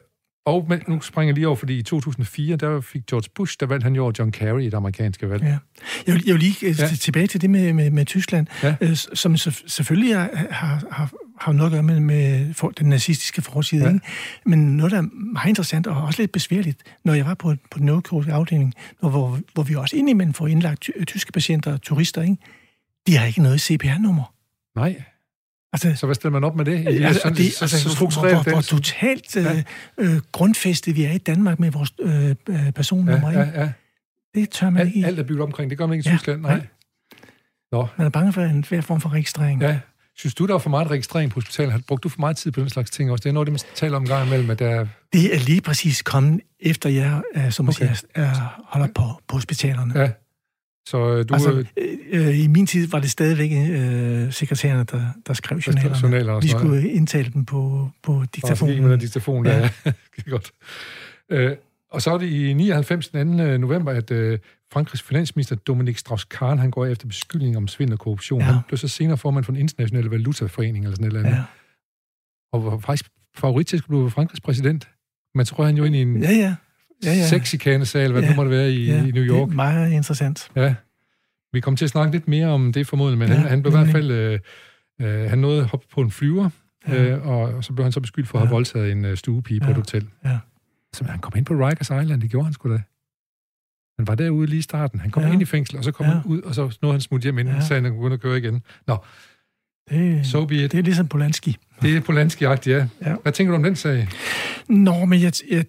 Og men, nu springer jeg lige over, fordi i 2004, der fik George Bush, der valgte han jo over John Kerry i det amerikanske valg. Ja. Jeg vil lige tilbage til det med Tyskland, som selvfølgelig har noget at gøre med den nazistiske forside. Ikke? Men noget, der er meget interessant og også lidt besværligt, når jeg var på den neurokirurgiske afdeling, hvor vi også indimellem får indlagt tyske patienter og turister, ikke? De har ikke noget CPR-nummer. Nej. Altså, så hvad stiller man op med det? Hvor totalt grundfæstet vi er i Danmark med vores personnummer. Ja. Det tør man ikke. Alt er bygget omkring. Det gør man ikke i Tyskland. Nej. Nå. Man er bange for en hver form for registrering. Ja. Synes du, der var for meget registrering på hospitalet? Har du for meget tid på den slags ting også? Det er noget, det man taler om en gang imellem, at der... Det er lige præcis kommet efter jeg, som man siger, holder på hospitalerne. Ja. Så du... Altså, i min tid var det stadigvæk sekretærerne, der skrev journalerne. Vi skulle indtale dem på diktafonen. Med diktafon, ja. Godt. Og så er det i 99. 2. november, at Frankrigs finansminister Dominique Strauss-Kahn, han går efter beskyldning om svindel og korruption. Han blev så senere formand for den internationale valutaforening eller sådan et eller andet. Og var faktisk favorit til at blive Frankrigs præsident. Man tror han jo ind i en... sexikanesal, hvad det nu måtte være i New York. Det er meget interessant. Ja. Vi kommer til at snakke lidt mere om det formodentlig, men han blev i hvert fald... han nåede at hoppe på en flyver, og så blev han så beskyldt for at have voldtaget en stuepige på et hotel. Ja. Så han kom ind på Rikers Island, det gjorde han sgu da. Han var derude lige i starten. Han kom ind i fængsel, og så kom han ud, og så nåede han smut hjem inden, så han kunne køre igen. Nå, so be it. Det er ligesom Polanski. Det er Polanski-agtigt, ja. Hvad tænker du om den sag? Nå, men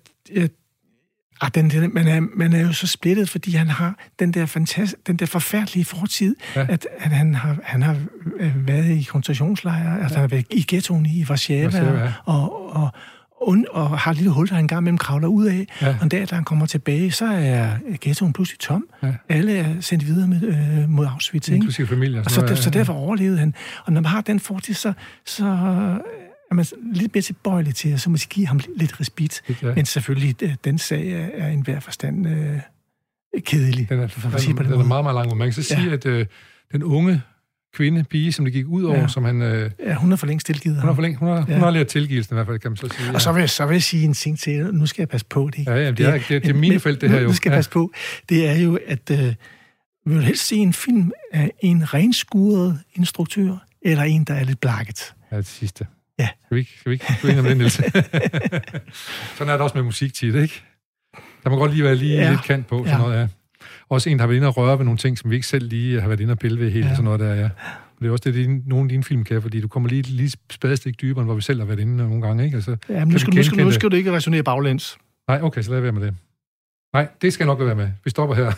man er jo så splittet, fordi han har den der forfærdelige fortid, at han har været i koncentrationslejre, altså han har været i ghettoen i Warszawa, og har et lille hul, der han engang mellem kravler ud af, og en dag, da han kommer tilbage, så er ghettoen pludselig tom. Alle er sendt videre mod Auschwitz. Inklusive familie. Og så derfor overlevede han. Og når man har den fortid, så er man lidt mere tilbøjelig til at så måske give ham lidt respit. Men selvfølgelig, den sag er i enhver forstand kedelig. Den er meget, meget lang. Man kan så sige, at den unge pige, som det gik ud over, som han... hun er for længst tilgivet ham. Hun har lært tilgivelsen i hvert fald, kan man så sige. Og så vil jeg sige en ting til, nu skal jeg passe på det. Det er mine felt, det her jo. Nu skal jeg passe på. Det er jo, at vi vil helst se en film af en renskuret instruktør, eller en, der er lidt blakket. Ja, det sidste. Ja. Skal vi ikke gå ind om det, Niels? Sådan er det også med musik tit, ikke? Der må godt lige være lidt kant på, sådan noget, Også en, der har været inde og røre ved nogle ting, som vi ikke selv lige har været inde og pille ved helt, sådan noget der, Og det er også det, nogle af dine film kan, fordi du kommer lige spadestik dybere, end hvor vi selv har været inde nogle gange, ikke? Altså, men nu skal du ikke resonere baglæns. Nej, okay, så lad være med det. Nej, det skal jeg nok være med. Vi stopper her.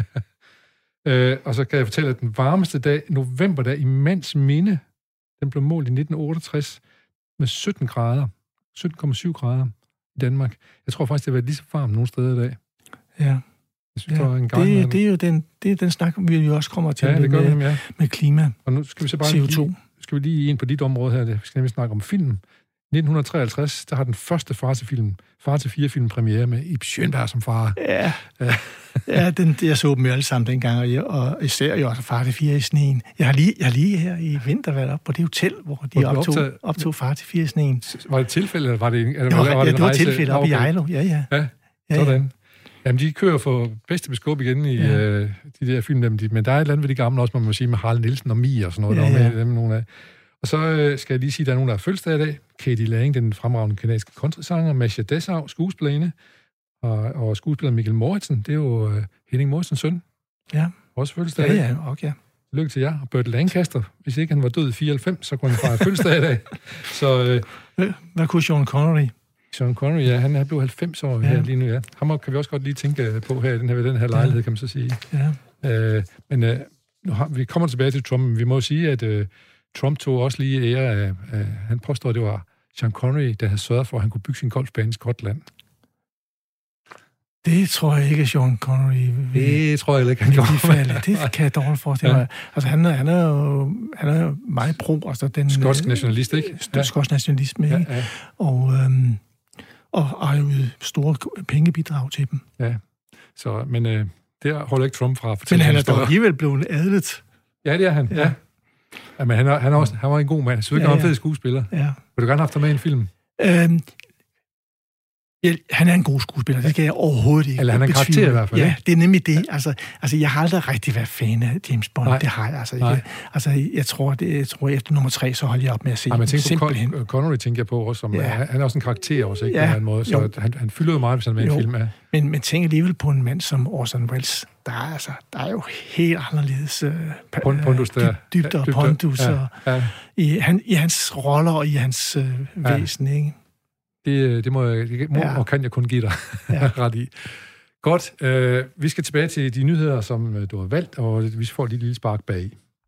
Og så kan jeg fortælle, at den varmeste dag, novemberdag i mands minde, den blev målt i 1968 med 17 grader. 17,7 grader i Danmark. Jeg tror faktisk, det har været lige så varmt nogle steder i dag. Ja. Jeg synes, det er jo den snak, vi jo også kommer til med klima. Og nu skal vi så bare CO2. Skal vi lige ind på dit område her. Vi skal nemlig snakke om film. 1953, der har den første Far til 4-film premiere med Ib Schønberg som far. Jeg så dem jo alle sammen dengang, og især jo også Far til 4 i sneen. Jeg har lige her i vinter været op på det hotel, hvor de optog Far til 4 i sneen. Var det tilfælde, eller var det en det var tilfælde op i Ejlo, ja. Sådan. Jamen, de kører for bedste beskub igen i de der film, men der er et eller andet ved de gamle også, man må sige, med Harald Nielsen og Mie og sådan noget, der var med dem nogle af. Og så skal jeg lige sige, at der er nogen, der har fødselsdag i dag. Katie Lang, den fremragende kanadiske countrysanger, Masha Dessau, skuespillerinde, og skuespiller Mikkel Moritzen, det er jo Henning Moritsens søn. Ja. Også fødselsdag i dag. Okay. Lykke til jer. Og Burt Lancaster, hvis ikke han var død i 94, så kunne han fejre fødselsdag i dag. Så, hvad kunne Sean Connery? Sean Connery, han er blevet 90 år her lige nu, Ham kan vi også godt lige tænke på her i den her lejlighed, kan man så sige. Ja. Men vi kommer tilbage til Trump, men vi må sige, at Trump tog også lige ære af, han påstår, at det var Sean Connery, der havde sørget for, at han kunne bygge sin golfbane i Skotland. Det tror jeg ikke, Sean Connery vil. Det tror jeg ikke, han gjorde. Det kan jeg dårligt forestille mig. Altså, han er jo meget pro. Altså, den skotsk nationalist, ikke? Skotsk nationalisme, ikke? Ja. Og har jo store pengebidrag til dem. Ja, så, men det holder ikke Trump fra at fortælle. Men han er dog alligevel blevet adlet. Ja, det er han, Ja, men han var en god mand. Så ikke han var en fed skuespiller. Ja. Vil du gerne have haft ham med i en film? Han er en god skuespiller, det skal jeg overhovedet ikke. Eller han er en karakter i hvert fald. Ja, det er nemlig det. Altså, jeg har aldrig rigtig været fan af James Bond. Nej. Det har jeg altså ikke. Altså, jeg tror efter nummer 3, så holder jeg op med at se. Men simpelthen. Connery tænker jeg på også, som han er også en karakter også, ikke? På en eller anden måde. Så han fylder jo meget, hvis han er med i en film. Ja. Men tænk alligevel på en mand som Orson Welles. Der er jo helt anderledes dybder og pondus i hans roller og i hans væsen, ikke? Det må og kan jeg kun give dig ret i. Godt. Vi skal tilbage til de nyheder, som du har valgt, og vi får lige et lille spark bag.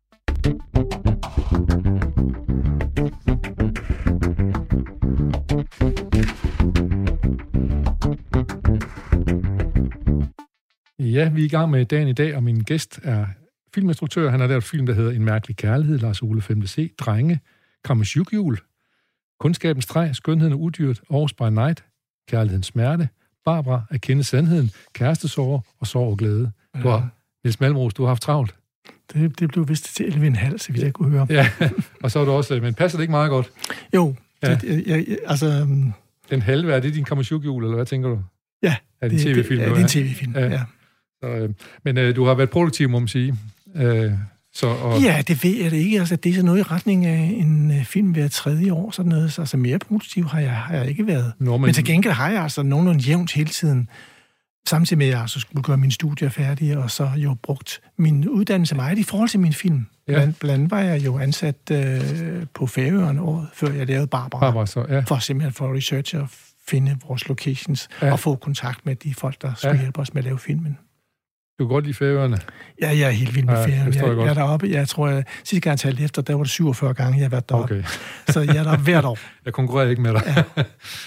Ja, vi er i gang med dagen i dag, og min gæst er filminstruktør. Han har lavet et film, der hedder En mærkelig kærlighed, Lars Ole 5.C, Drenge, Krammersjukjul, Kundskabens træ, Skønheden og udyret, Aarhus by Night, Kærlighedens smerte, Barbara, At kende sandheden, Kærestesorger og Sorg og glæde. Niels Malmros, du har haft travlt. Det blev vist til 11,5, så vidt jeg kunne høre. Ja, og så er du også... Men passer det ikke meget godt? Jo. Ja. Den halve, er det din Krammersjukjul, eller hvad tænker du? Ja. Er det en tv-film? Det er en tv-film, ja. Så, men du har været produktiv, må man sige. Ja, det ved jeg det ikke. Altså, det er så noget i retning af en film hver 3. år, sådan noget. Så altså, mere produktiv har jeg ikke været. Men til gengæld har jeg altså nogenlunde jævnt hele tiden, samtidig med, at jeg skulle gøre mine studier færdige, og så jo brugt min uddannelse meget i forhold til min film. Ja. Blandt andet var jeg jo ansat på Færøerne året, før jeg lavede Barbara for simpelthen for at researche og finde vores locations, og få kontakt med de folk, der skulle hjælpe os med at lave filmen. Du kan godt lide Færøerne? Ja, jeg er helt vild med Færøerne. Jeg er deroppe. Jeg tror, sidste gang jeg talte efter, der var det 47 gange, jeg har været deroppe. Okay. Så jeg er der hvert år. Jeg konkurrerer ikke med dig. Ja.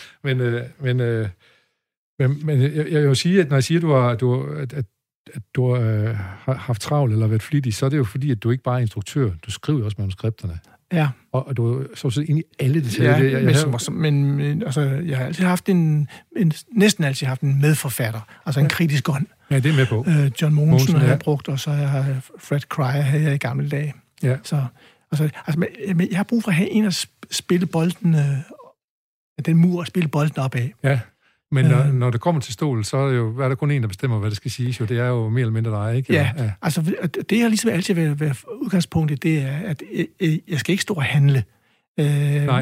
men jeg vil sige, at når jeg siger, at du har haft travlt eller været flittig, så er det jo fordi, at du ikke bare er instruktør. Du skriver også manuskripterne. Ja. Og du er så ind i alle detaljer. Ja, men jeg har altid haft næsten altid haft en medforfatter, altså en kritisk ånd. Ja, det er med på. John Mogensen har jeg brugt, og så har Fred Cryer havde jeg i gamle dage. Ja. Så jeg har brug for at have en at spille bolden, den mur at spille bolden op af. Ja. Men når det kommer til stol, så er der kun en, der bestemmer, hvad det skal siges. Jo, det er jo mere eller mindre dig, ikke? Ja. Altså det har ligesom altid været udgangspunktet, det er, at jeg skal ikke stå og handle. Nej.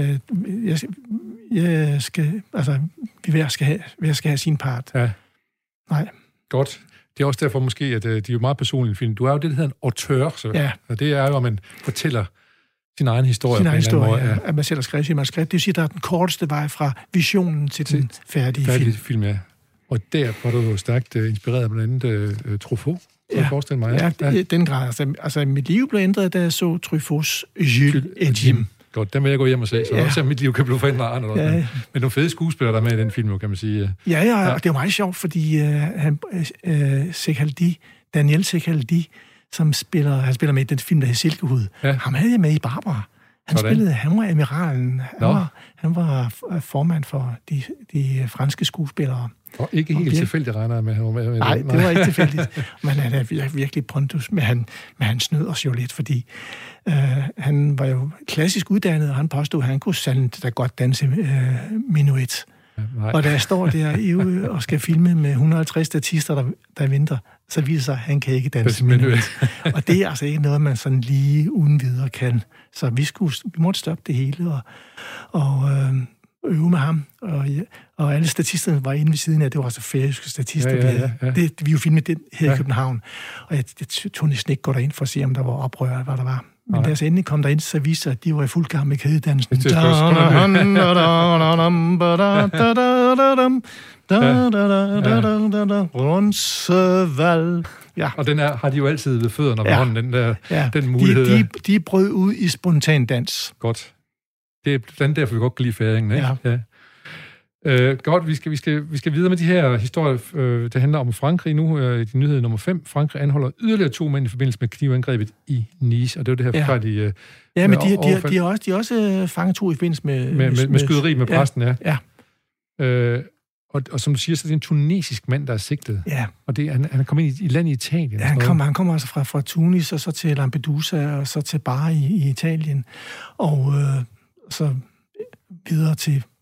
Jeg skal, altså, hver skal have sin part. Ja. Nej. Godt. Det er også derfor måske, at de er jo meget personlige film. Du er jo det, der hedder en auteur, så. Ja. Og det er jo, at man fortæller sin egen historie. Sin egen historie, ja. At man selv har skrevet sin manuskript. Det vil sige, at der er den korteste vej fra visionen til den færdige film. Ja. Og der var du jo stærkt inspireret af blandt andet Truffaut, kan jeg forestille mig. Ja, i den grad. Altså, mit liv blev ændret, da jeg så Truffauts Jules et Jim. Godt, den vil jeg gå hjem og se, så også mit liv kan blive forændret andet. Ja. Men nogle fede skuespillere, der er med i den film, kan man sige. Ja, og det er meget sjovt, fordi Daniel Sekhaldi, han spiller med i den film, der hedder Silkehud. Ja. Ham havde jeg med i Barbara. Han var amiralen. Han var formand for de franske skuespillere. Og ikke helt tilfældigt, regner jeg med. Nej, det var ikke tilfældigt. Men han er virkelig pondus. Men han snød os jo lidt, fordi han var jo klassisk uddannet, og han påstod, at han kunne sandt da godt danse menuet. Nej. Og da jeg står der og skal filme med 150 statister, der venter, så viser sig, at han kan ikke danse menuet. Og det er altså ikke noget, man sådan lige uden videre kan. Så vi måtte stoppe det hele og øve med ham. Og alle statisterne var inde ved siden af, det var altså færøske statister. Ja. Vi jo filmede det her i København. Og jeg tog næsten ikke gå derind for at se, om der var oprør, hvad der var. Men da jeg så endelig kom derind, så viste sig, at de var i fuld gang med kædedansen. Rundsval. Ja. Og den har de jo altid ved fødderne på hånden, den mulighed. De brød ud i spontan dans. Godt. Det er den derfor, vi godt kan lide færingen, ikke? Ja. Godt, vi skal videre med de her historier. Det handler om Frankrig nu. I nyhed nummer 5. Frankrig anholder yderligere 2 mænd i forbindelse med knivangrebet i Nice. Og det er det her forfærdelige... Ja, men de har også fanget 2 i forbindelse med skyderi med præsten, ja. Og som du siger, så er det en tunesisk mand, der er sigtet. Ja. Og han er kommet ind i landet Italien. Ja, han kommer altså fra Tunis, og så til Lampedusa, og så til Bari i Italien. Og så videre til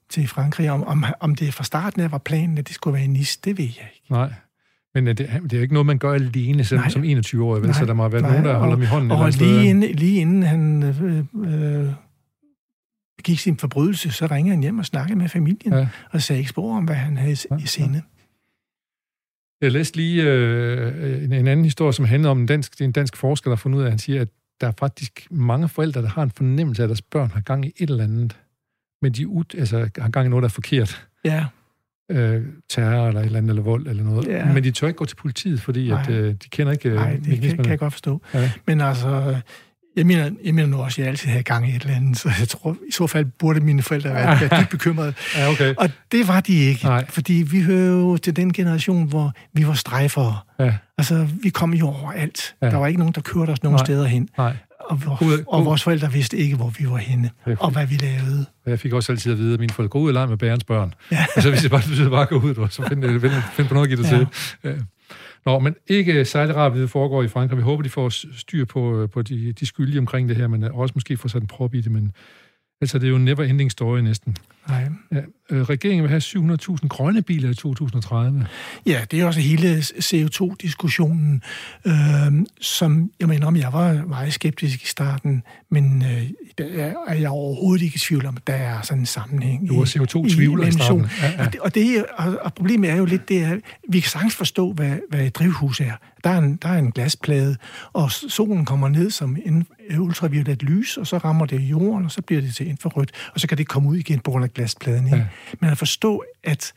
til Frankrig. Om det fra starten af var planen, at det skulle være i Nice, det ved jeg ikke. Nej. Men det er ikke noget, man gør alene som 21-årig, vel? Så der må have været nogen, der holder dem i hånden. Og lige inden han gik sin forbrydelse, så ringede han hjem og snakkede med familien, og sagde ikke spor om, hvad han havde i sinde. Jeg læste lige en anden historie, som handler om en dansk forsker, der har fundet ud af, at han siger, at der er faktisk mange forældre, der har en fornemmelse af, at deres børn har gang i et eller andet, men de har gang i noget, der er forkert. Ja. Terror eller et eller andet, eller vold eller noget. Ja. Men de tør ikke gå til politiet, fordi at, de kender ikke det kan jeg godt forstå. Ja. Men altså, jeg mener nu også, at jeg altid havde gang i et eller andet, så jeg tror, i så fald burde mine forældre være dybt bekymrede. Ja, okay. Og det var de ikke, fordi vi hører jo til den generation, hvor vi var strejfere. Ja. Altså, vi kom jo overalt. Ja. Der var ikke nogen, der kørte os nogen steder hen. Nej. Og vores forældre vidste ikke, hvor vi var henne, og hvad vi lavede. Jeg fik også altid at vide, at mine forældre går ud og leger med bærens børn. Ja. Og så hvis jeg bare gå ud, og så find på noget at give det til. Ja. Nå, men ikke særlig rart, at det foregår i Frankrig. Vi håber, de får styr på de skyldige omkring det her, men også måske får sat en prop i det, men altså, det er jo en never-ending story næsten. Nej. Ja, regeringen vil have 700.000 grønne biler i 2030. Ja, det er også hele CO2-diskussionen, som jeg var meget skeptisk i starten, men der er jeg overhovedet ikke i tvivl om, at der er sådan en sammenhæng. Du var CO2-tvivler i starten. Ja. Og problemet er jo lidt det, at vi kan sagtens forstå, hvad et drivhus er. Der er en glasplade, og solen kommer ned som en ultraviolet lys, og så rammer det jorden, og så bliver det til infrarødt, og så kan det komme ud igen på grund af glaspladen. Ja. Men at forstå, at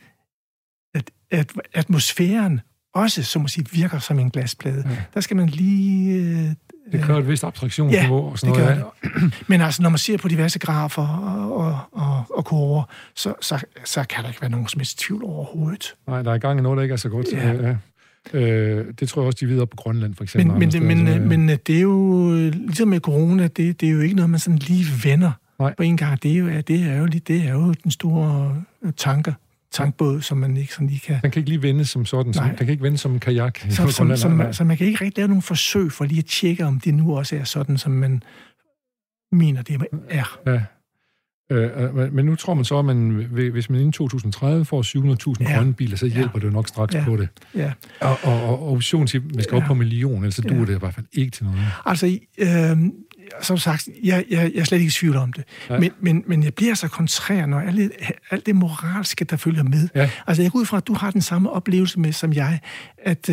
atmosfæren også, som at sige, virker som en glasplade, der skal man lige... det kræver et vist abstraktionsniveau og sådan noget. Det. Men altså, når man ser på diverse grafer og kurver, så kan der ikke være nogen som helst tvivl overhovedet. Nej, der er i gang i noget, der ikke er så godt. Ja. Det tror jeg også, de ved op på Grønland, for eksempel. Men det er jo, ligesom med corona, det er jo ikke noget, man sådan lige vender på en gang. Det er jo den store tankbåd, som man ikke sådan lige kan... Den kan ikke lige vende som sådan. Den kan ikke vende som en kajak. Så man kan ikke rigtig lave nogen forsøg for lige at tjekke, om det nu også er sådan, som man mener, det er. Ja. Men nu tror man så, at hvis man inden 2030 får 700.000 grønne biler, så hjælper det jo nok straks på det. Ja. Og optionen siger, at vi skal op på 1 million, ellers duer det i hvert fald ikke til noget. Altså, som sagt, jeg er slet ikke i tvivl om det. Men jeg bliver så kontrær, når alt det moralske, der følger med. Ja. Altså, jeg går ud fra, at du har den samme oplevelse med, som jeg, at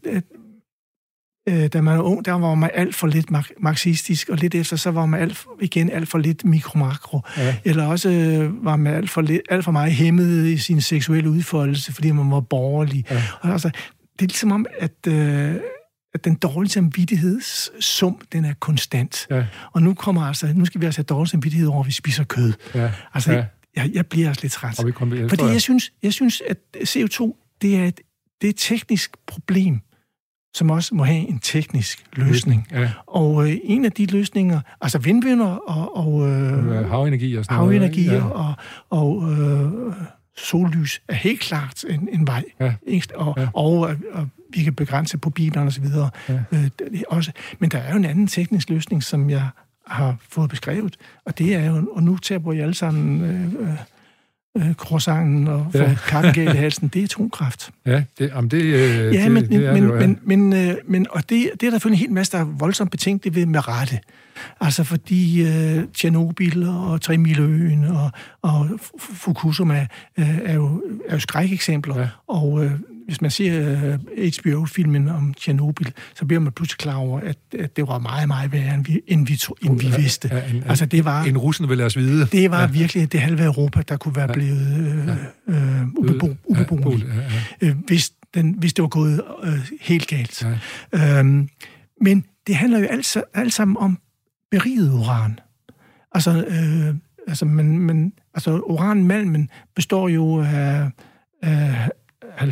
da man var ung, der var man alt for lidt marxistisk, og lidt efter, så var man alt for lidt mikro-makro. Ja. Eller også var man alt for meget hæmmet i sin seksuelle udfoldelse, fordi man var borgerlig. Ja. Og altså, det er ligesom om, at den dårlige samvittighedssum, den er konstant. Ja. Og nu skal vi altså have dårlig samvittighed over, at vi spiser kød. Ja. Altså, jeg bliver også lidt træt. Fordi jeg synes, at CO2, det er et teknisk problem, som også må have en teknisk løsning. Ja. Og en af de løsninger, altså vindmøller og havenergi og sådan havenergi og sollys er helt klart en vej. Ja. Og vi kan begrænse på bilerne og så videre. Ja. Også. Men der er jo en anden teknisk løsning, som jeg har fået beskrevet, og det er jo, og nu taber jeg alle sammen croissanten og få kakken galt i halsen, det er atomkraft. Ja, det er det. Men og det er der selvfølgelig en hel masse, der er voldsomt betænkeligt ved med rette. Altså fordi Tjernobyl og Tremiløen og Fukushima er jo skrækeksempler. Ja. Og hvis man ser HBO-filmen om Tjernobyl, så bliver man pludselig klar over, at det var meget, meget værre, end vi vidste. Altså det var... En russen vil lade os vide. Det var virkelig det halve Europa, der kunne være blevet ubeboeligt, hvis det var gået helt galt. Ja. Men det handler jo alt sammen om beriget uran. Altså uranmalmen består jo af 99%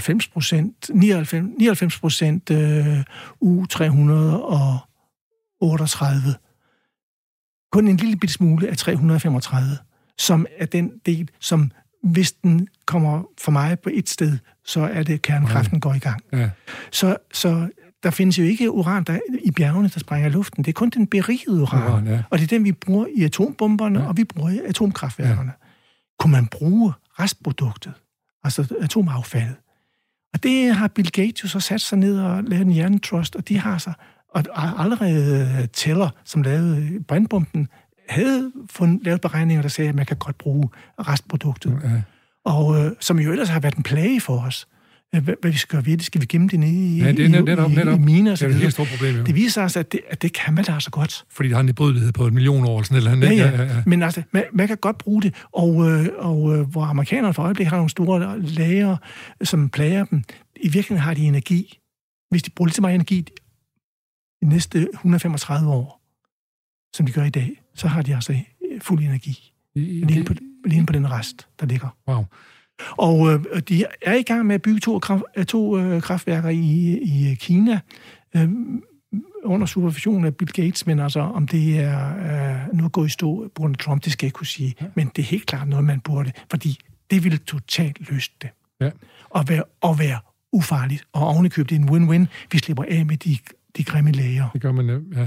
U338. Kun en lille bitte smule af 335, som er den del, som hvis den kommer for mig på et sted, så er det kernekraften går i gang. Ja. Så der findes jo ikke uran der i bjergene, der sprænger i luften. Det er kun den berigede uran. Og det er den, vi bruger i atombomberne, og vi bruger i atomkraftværkerne. kunne man bruge restproduktet, altså atomaffaldet. Og det har Bill Gates jo så sat sig ned og lavet en hjernetrust, og de har så, og allerede Teller, som lavede brandbomben, havde lavet beregninger, der sagde, at man kan godt bruge restproduktet. Ja. Og som jo ellers har været en plage for os. Hvad vi skal gøre ved det? Skal vi gemme det nede i miner? Det er et helt stort problem, jo. Det viser sig, at det kan man da altså godt. Fordi det har en nedbrydelighed på 1 million år, eller sådan noget. Ja. Men altså, man kan godt bruge det, og hvor amerikanerne for øjeblik har nogle store lager, som plager dem, i virkeligheden har de energi. Hvis de bruger lige så meget energi de næste 135 år, som de gør i dag, så har de altså fuld energi. Lige på den rest, der ligger. Wow. Og de er i gang med at bygge to kraftværker i Kina under supervision af Bill Gates, men altså om det er noget gået i stå på grund af Trump, det skal jeg ikke kunne sige. Ja. Men det er helt klart noget, man burde, fordi det ville totalt løse det. Ja. Og være ufarligt. Og ovenikøbet, det er en win-win. Vi slipper af med de grimme læger. Det gør man, ja.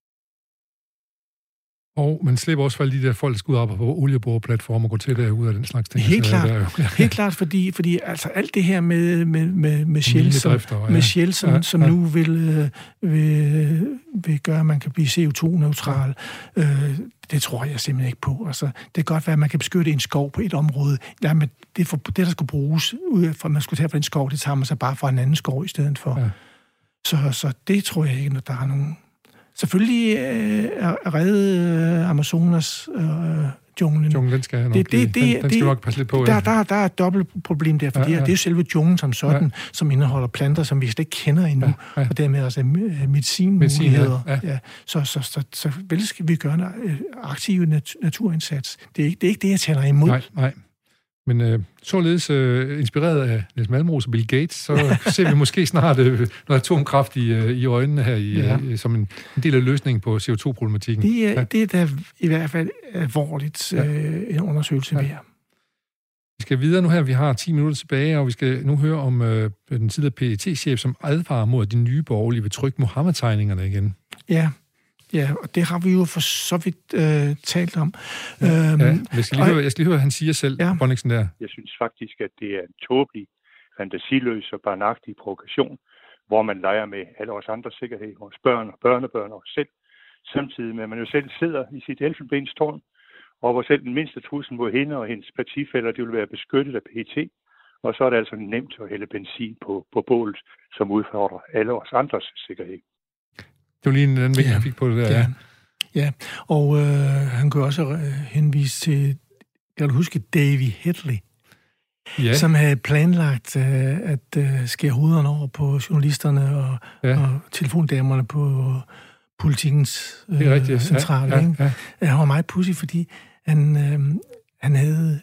Og man slipper også for alle de der folk, der skal ud op på olieboreplatformer og gå til derude af den slags ting. Helt klart, helt klart, fordi altså alt det her med Shell, som nu vil gøre, at man kan blive CO2-neutral, det tror jeg simpelthen ikke på. Altså, det kan godt være, at man kan beskytte en skov på et område. Jamen, det der skulle bruges, for man skulle tage fra en skov, det tager man så bare fra en anden skov i stedet for. Ja. Så det tror jeg ikke, at der er nogen... Selvfølgelig at redde Amazonas junglen. Junglen skal jeg nok den skal nok passe lidt på. Der er et dobbelt problem der, fordi det er jo selve junglen som sådan, som indeholder planter, som vi slet ikke kender endnu, og dermed altså medicinmuligheder. Ja. Så vel skal vi gøre en aktiv naturindsats. Det er ikke det, jeg taler imod. Nej. Men således inspireret af Niels Malmros og Bill Gates, så ser vi måske snart noget atomkraft i øjnene her som en del af løsningen på CO2-problematikken. Det er da i hvert fald alvorligt en undersøgelse værd. Vi skal videre nu her. Vi har 10 minutter tilbage, og vi skal nu høre om den tidligere PET-chef, som advarer mod de nye borgerlige vil trykke Mohammed-tegningerne igen. Ja, og det har vi jo for så vidt talt om. Jeg skal lige høre, hvad han siger selv, Bonniksen der. Jeg synes faktisk, at det er en tåbelig, fantasiløs og barnagtig provokation, hvor man leger med alle os andres sikkerhed, vores børn og børnebørn og os selv, samtidig med, at man jo selv sidder i sit elfenbenstårn, og hvor selv den mindste trussel mod hende og hendes partifæller, det vil være beskyttet af PET, og så er det altså nemt at hælde benzin på bålet, som udfordrer alle os andres sikkerhed. Det var lige en anden jeg fik på det der, Ja, og han kunne også henvise til, kan du huske, Davey Headley, som havde planlagt at skære hovederne over på journalisterne og telefondamerne på Politikens centrale. Han var meget pudsig, fordi han havde...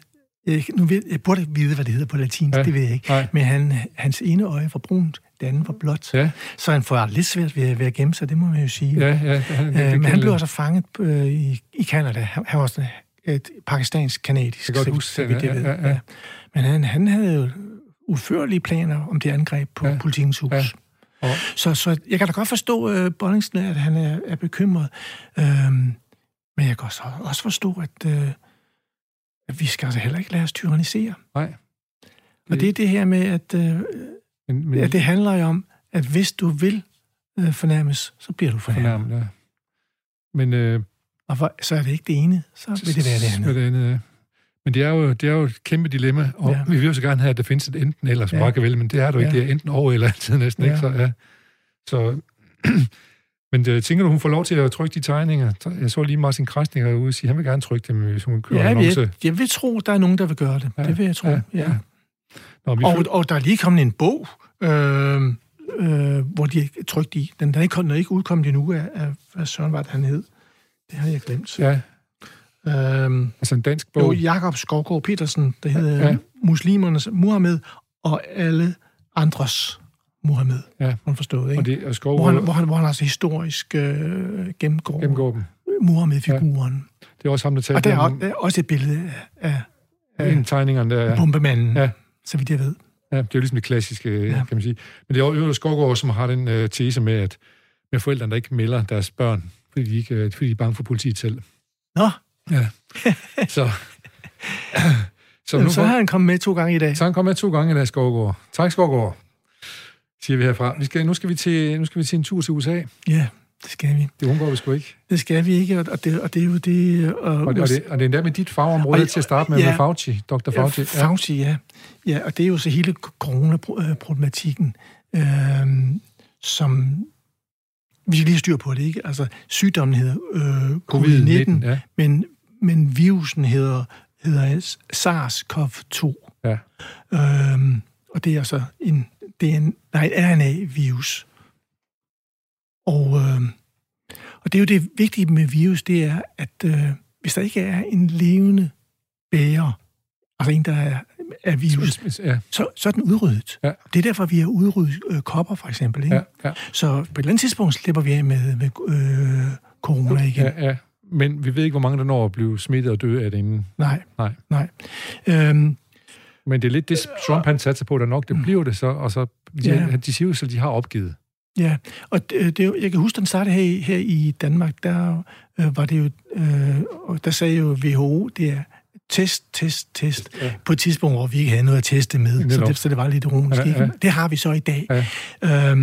Jeg burde ikke vide, hvad det hedder på latinsk, det ved jeg ikke. Nej. Men hans ene øje var brunt, det andet var blåt. Ja. Så han får lidt svært ved at gemme sig, det må man jo sige. Men han blev også fanget i Canada. Han var sådan et pakistansk-kanadisk. Det kan godt huske. Men han havde jo udførlige planer om det angreb på Politikens hus. Ja. Så jeg kan da godt forstå, Bonniksen, at han er bekymret. Men jeg kan også forstå, at vi skal altså heller ikke lade os tyrannisere. Nej. Og det er det her med, at det handler jo om, at hvis du vil fornærmes, så bliver du fornærmet. Ja. Men og så er det ikke det ene, så vil det være det andet. Men det er jo et kæmpe dilemma, og vi vil jo så gerne have, at der findes et enten eller, som bare kan vælge, men det er du ikke. Det er enten over eller altid næsten, ikke? Så men tænker du, hun får lov til at trykke de tegninger? Jeg så lige Martin Krasnik herude og sige, han vil gerne trykke dem, hvis hun kører annonce. Jeg vil tro, der er nogen, der vil gøre det. Det vil jeg tro, og der er lige kommet en bog, hvor de er trykt i. Den er ikke udkommet endnu af hvad Søren var, han hed. Det har jeg glemt. Ja. Altså en dansk bog? Jo, Jakob Skovgaard Petersen, der hedder Muslimernes Muhammed og alle andres Muhammed. Ja. Man forstået, ikke? Og det er hvor han altså historisk gennemgår dem. Muhammed-figuren. Ja. Det er også ham, der taler om... Og der er også et billede af tegningerne der. Bombemanden, så vidt jeg ved. Ja, det er jo ligesom det klassiske, kan man sige. Men det er jo Skovgaard, som har den tese med, at med forældrene, der ikke melder deres børn, fordi de er bange for politiet selv. Nå? Ja. Så... Så har han kommet med 2 gange i dag. Så han kommet med 2 gange i dag, Skovgaard. Tak, Skovgaard, siger vi herfra. Nu skal vi til en tur til USA. Ja, det skal vi. Det undgår vi sgu ikke. Det skal vi ikke, og det er jo det... Og det er endda med dit fagområde til at starte med, med Fauci, Dr. Fauci. Ja, Fauci, ja. Ja, og det er jo så hele coronaproblematikken, som... Vi skal lige styr på det, ikke? Altså, sygdommen hedder COVID-19, ja. men virusen hedder SARS-CoV-2. Ja. Og det er altså en RNA-virus. Og det er jo det vigtige med virus, det er, at hvis der ikke er en levende bærer, altså en, der er virus, så er den udryddet. Ja. Det er derfor, vi har udryddet kopper, for eksempel. Ikke? Ja. Så på et eller andet tidspunkt slipper vi af med corona igen. Ja. Men vi ved ikke, hvor mange der når at blive smittet og dø af det inden. Nej. Men det er lidt det, Trump han satser på, der nok det bliver det så, og så de siger jo så, de har opgivet. Ja, og jeg kan huske, den startede her i Danmark, der var det jo, og der sagde jo WHO, det er test. Ja. På et tidspunkt, hvor vi ikke havde noget at teste med, så det var lidt ironisk. Ja. Det har vi så i dag. Ja.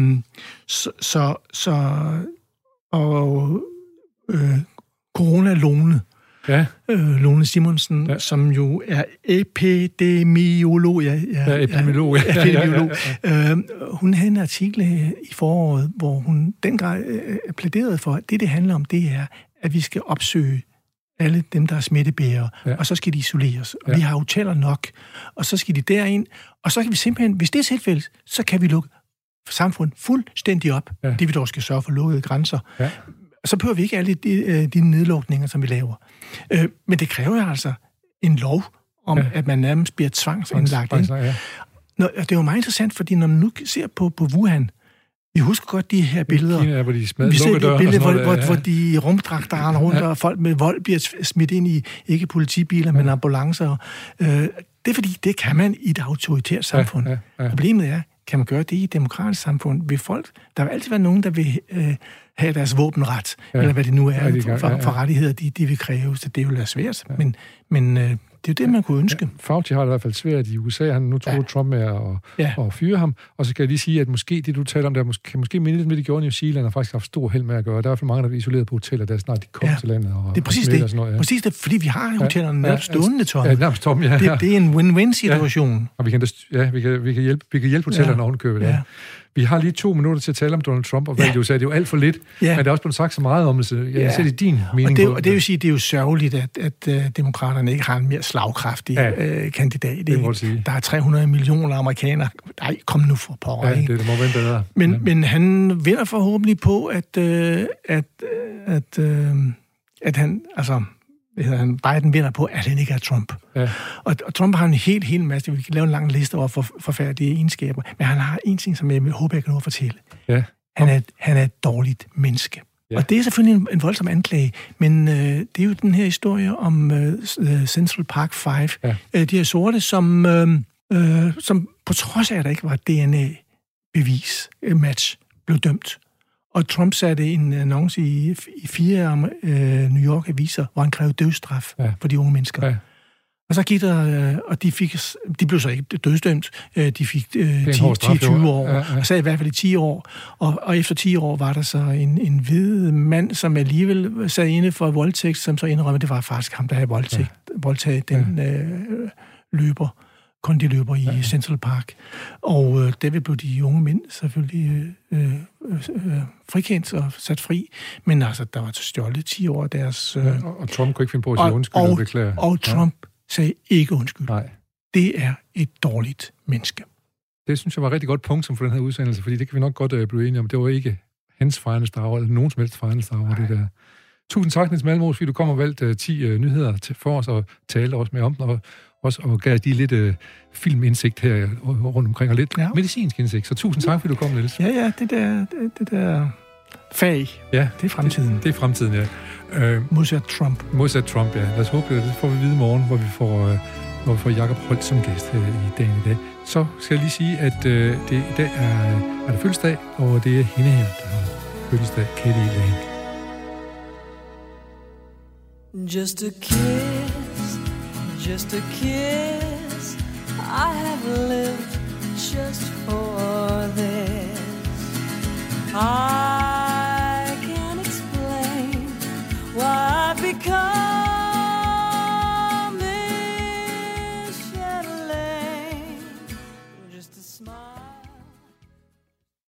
Corona-Lone, Lone Simonsen, som jo er epidemiolog. Epidemiolog. Hun havde en artikel i foråret, hvor hun dengang plæderede for, at det handler om, det er, at vi skal opsøge alle dem, der er smittebærere, og så skal de isoleres. Og vi har hoteller nok, og så skal de derind, og så kan vi simpelthen, hvis det er tilfældet, så kan vi lukke samfundet fuldstændig op. Ja. Det vi dog skal sørge for lukkede grænser. Ja. Så behøver vi ikke alle de nedlukninger, som vi laver. Men det kræver altså en lov om, at man nærmest bliver tvangsindlagt. Ja. Det er jo meget interessant, fordi når man nu ser på Wuhan, vi husker godt de her billeder. Kina, hvor de vi ser de billeder, hvor de rumdragter render rundt, og folk med vold bliver smidt ind i, ikke politibiler, men ambulancer. Det er fordi, det kan man i et autoritært samfund. Problemet er, kan man gøre det i et demokratisk samfund? Vil folk, der vil altid være nogen, der vil have deres våbenret, eller hvad det nu er for rettigheder, de vil kræve, så det vil være svært. Men det er jo det, man kunne ønske. Ja, Fauci har det i hvert fald svært i USA. Han nu troede Trump med at fyre ham. Og så kan jeg lige sige, at måske det, du taler om, der måske minde lidt med, det gjorde i New Zealand, har faktisk haft stor held med at gøre. Der er i hvert fald mange, der er isoleret på hoteller, der snart de kom til landet. Og, det er præcis det. Noget, præcis det, fordi vi har hotellerne nærmest stående, Tom. Ja, nærmest tom, ja. Det er en win-win-situation. Og vi kan hjælpe hotellerne ovenkøbet. Ja. Vi har lige 2 minutter til at tale om Donald Trump og valget i USA. Det er jo alt for lidt, men der er også blevet sagt så meget om det, så jeg ser det din mening og det vil sige, det er jo sørgeligt, at demokraterne ikke har en mere slagkraftig kandidat. Der er 300 millioner amerikanere. Nej, kom nu for pokker. Ja, det må vente bedre. Men han vinder forhåbentlig på, at han, altså... Biden vinder på, at han ikke er Trump. Ja. Og Trump har en hel masse, vi kan lave en lang liste over forfærdelige egenskaber, men han har en ting, som jeg håber, jeg kan nå at fortælle. Ja. Han er et dårligt menneske. Ja. Og det er selvfølgelig en voldsom anklage, men det er jo den her historie om Central Park 5. Ja. De her sorte, som på trods af, at der ikke var et DNA-bevis, match, blev dømt. Og Trump satte en annonce i 4 New York-aviser, hvor han krævede dødsstraf for de unge mennesker. Ja. Og så gik der, og de blev så ikke dødsdømt, de fik 10-20 år, og sad i hvert fald i 10 år. Og efter 10 år var der så en hvid mand, som alligevel sad inde for voldtægt, som så indrømte, at det var faktisk ham, der havde voldtaget den kondiløber i Central Park. Og derved blev de unge mænd selvfølgelig frikendt og sat fri. Men altså, der var stjålet 10 år af deres... og Trump kunne ikke finde på at sige undskyld og beklage. Og Trump sagde ikke undskyld. Nej. Det er et dårligt menneske. Det synes jeg var et rigtig godt punktum for den her udsendelse, fordi det kan vi nok godt blive enige om. Det var ikke hans fineste hour, eller nogen som helst fineste hour, det der. Tusind tak, Niels Malmros, fordi du kom og valgte 10 nyheder for os og talte også med om den, og gav de lidt filmindsigt her rundt omkring, og lidt medicinsk indsigt. Så tusind tak, fordi du kom, Niels. Ja, det der fag, det er fremtiden. Det er fremtiden, ja. Modsat Trump. Ja. Lad os håbe, det får vi vide i morgen, hvor vi får Jakob Holt som gæst i dagen i dag. Så skal jeg lige sige, at det i dag er det fødselsdag, og det er hende her, der har fødselsdag, Katie Lane. Just a kiss, just a kiss. I have lived just for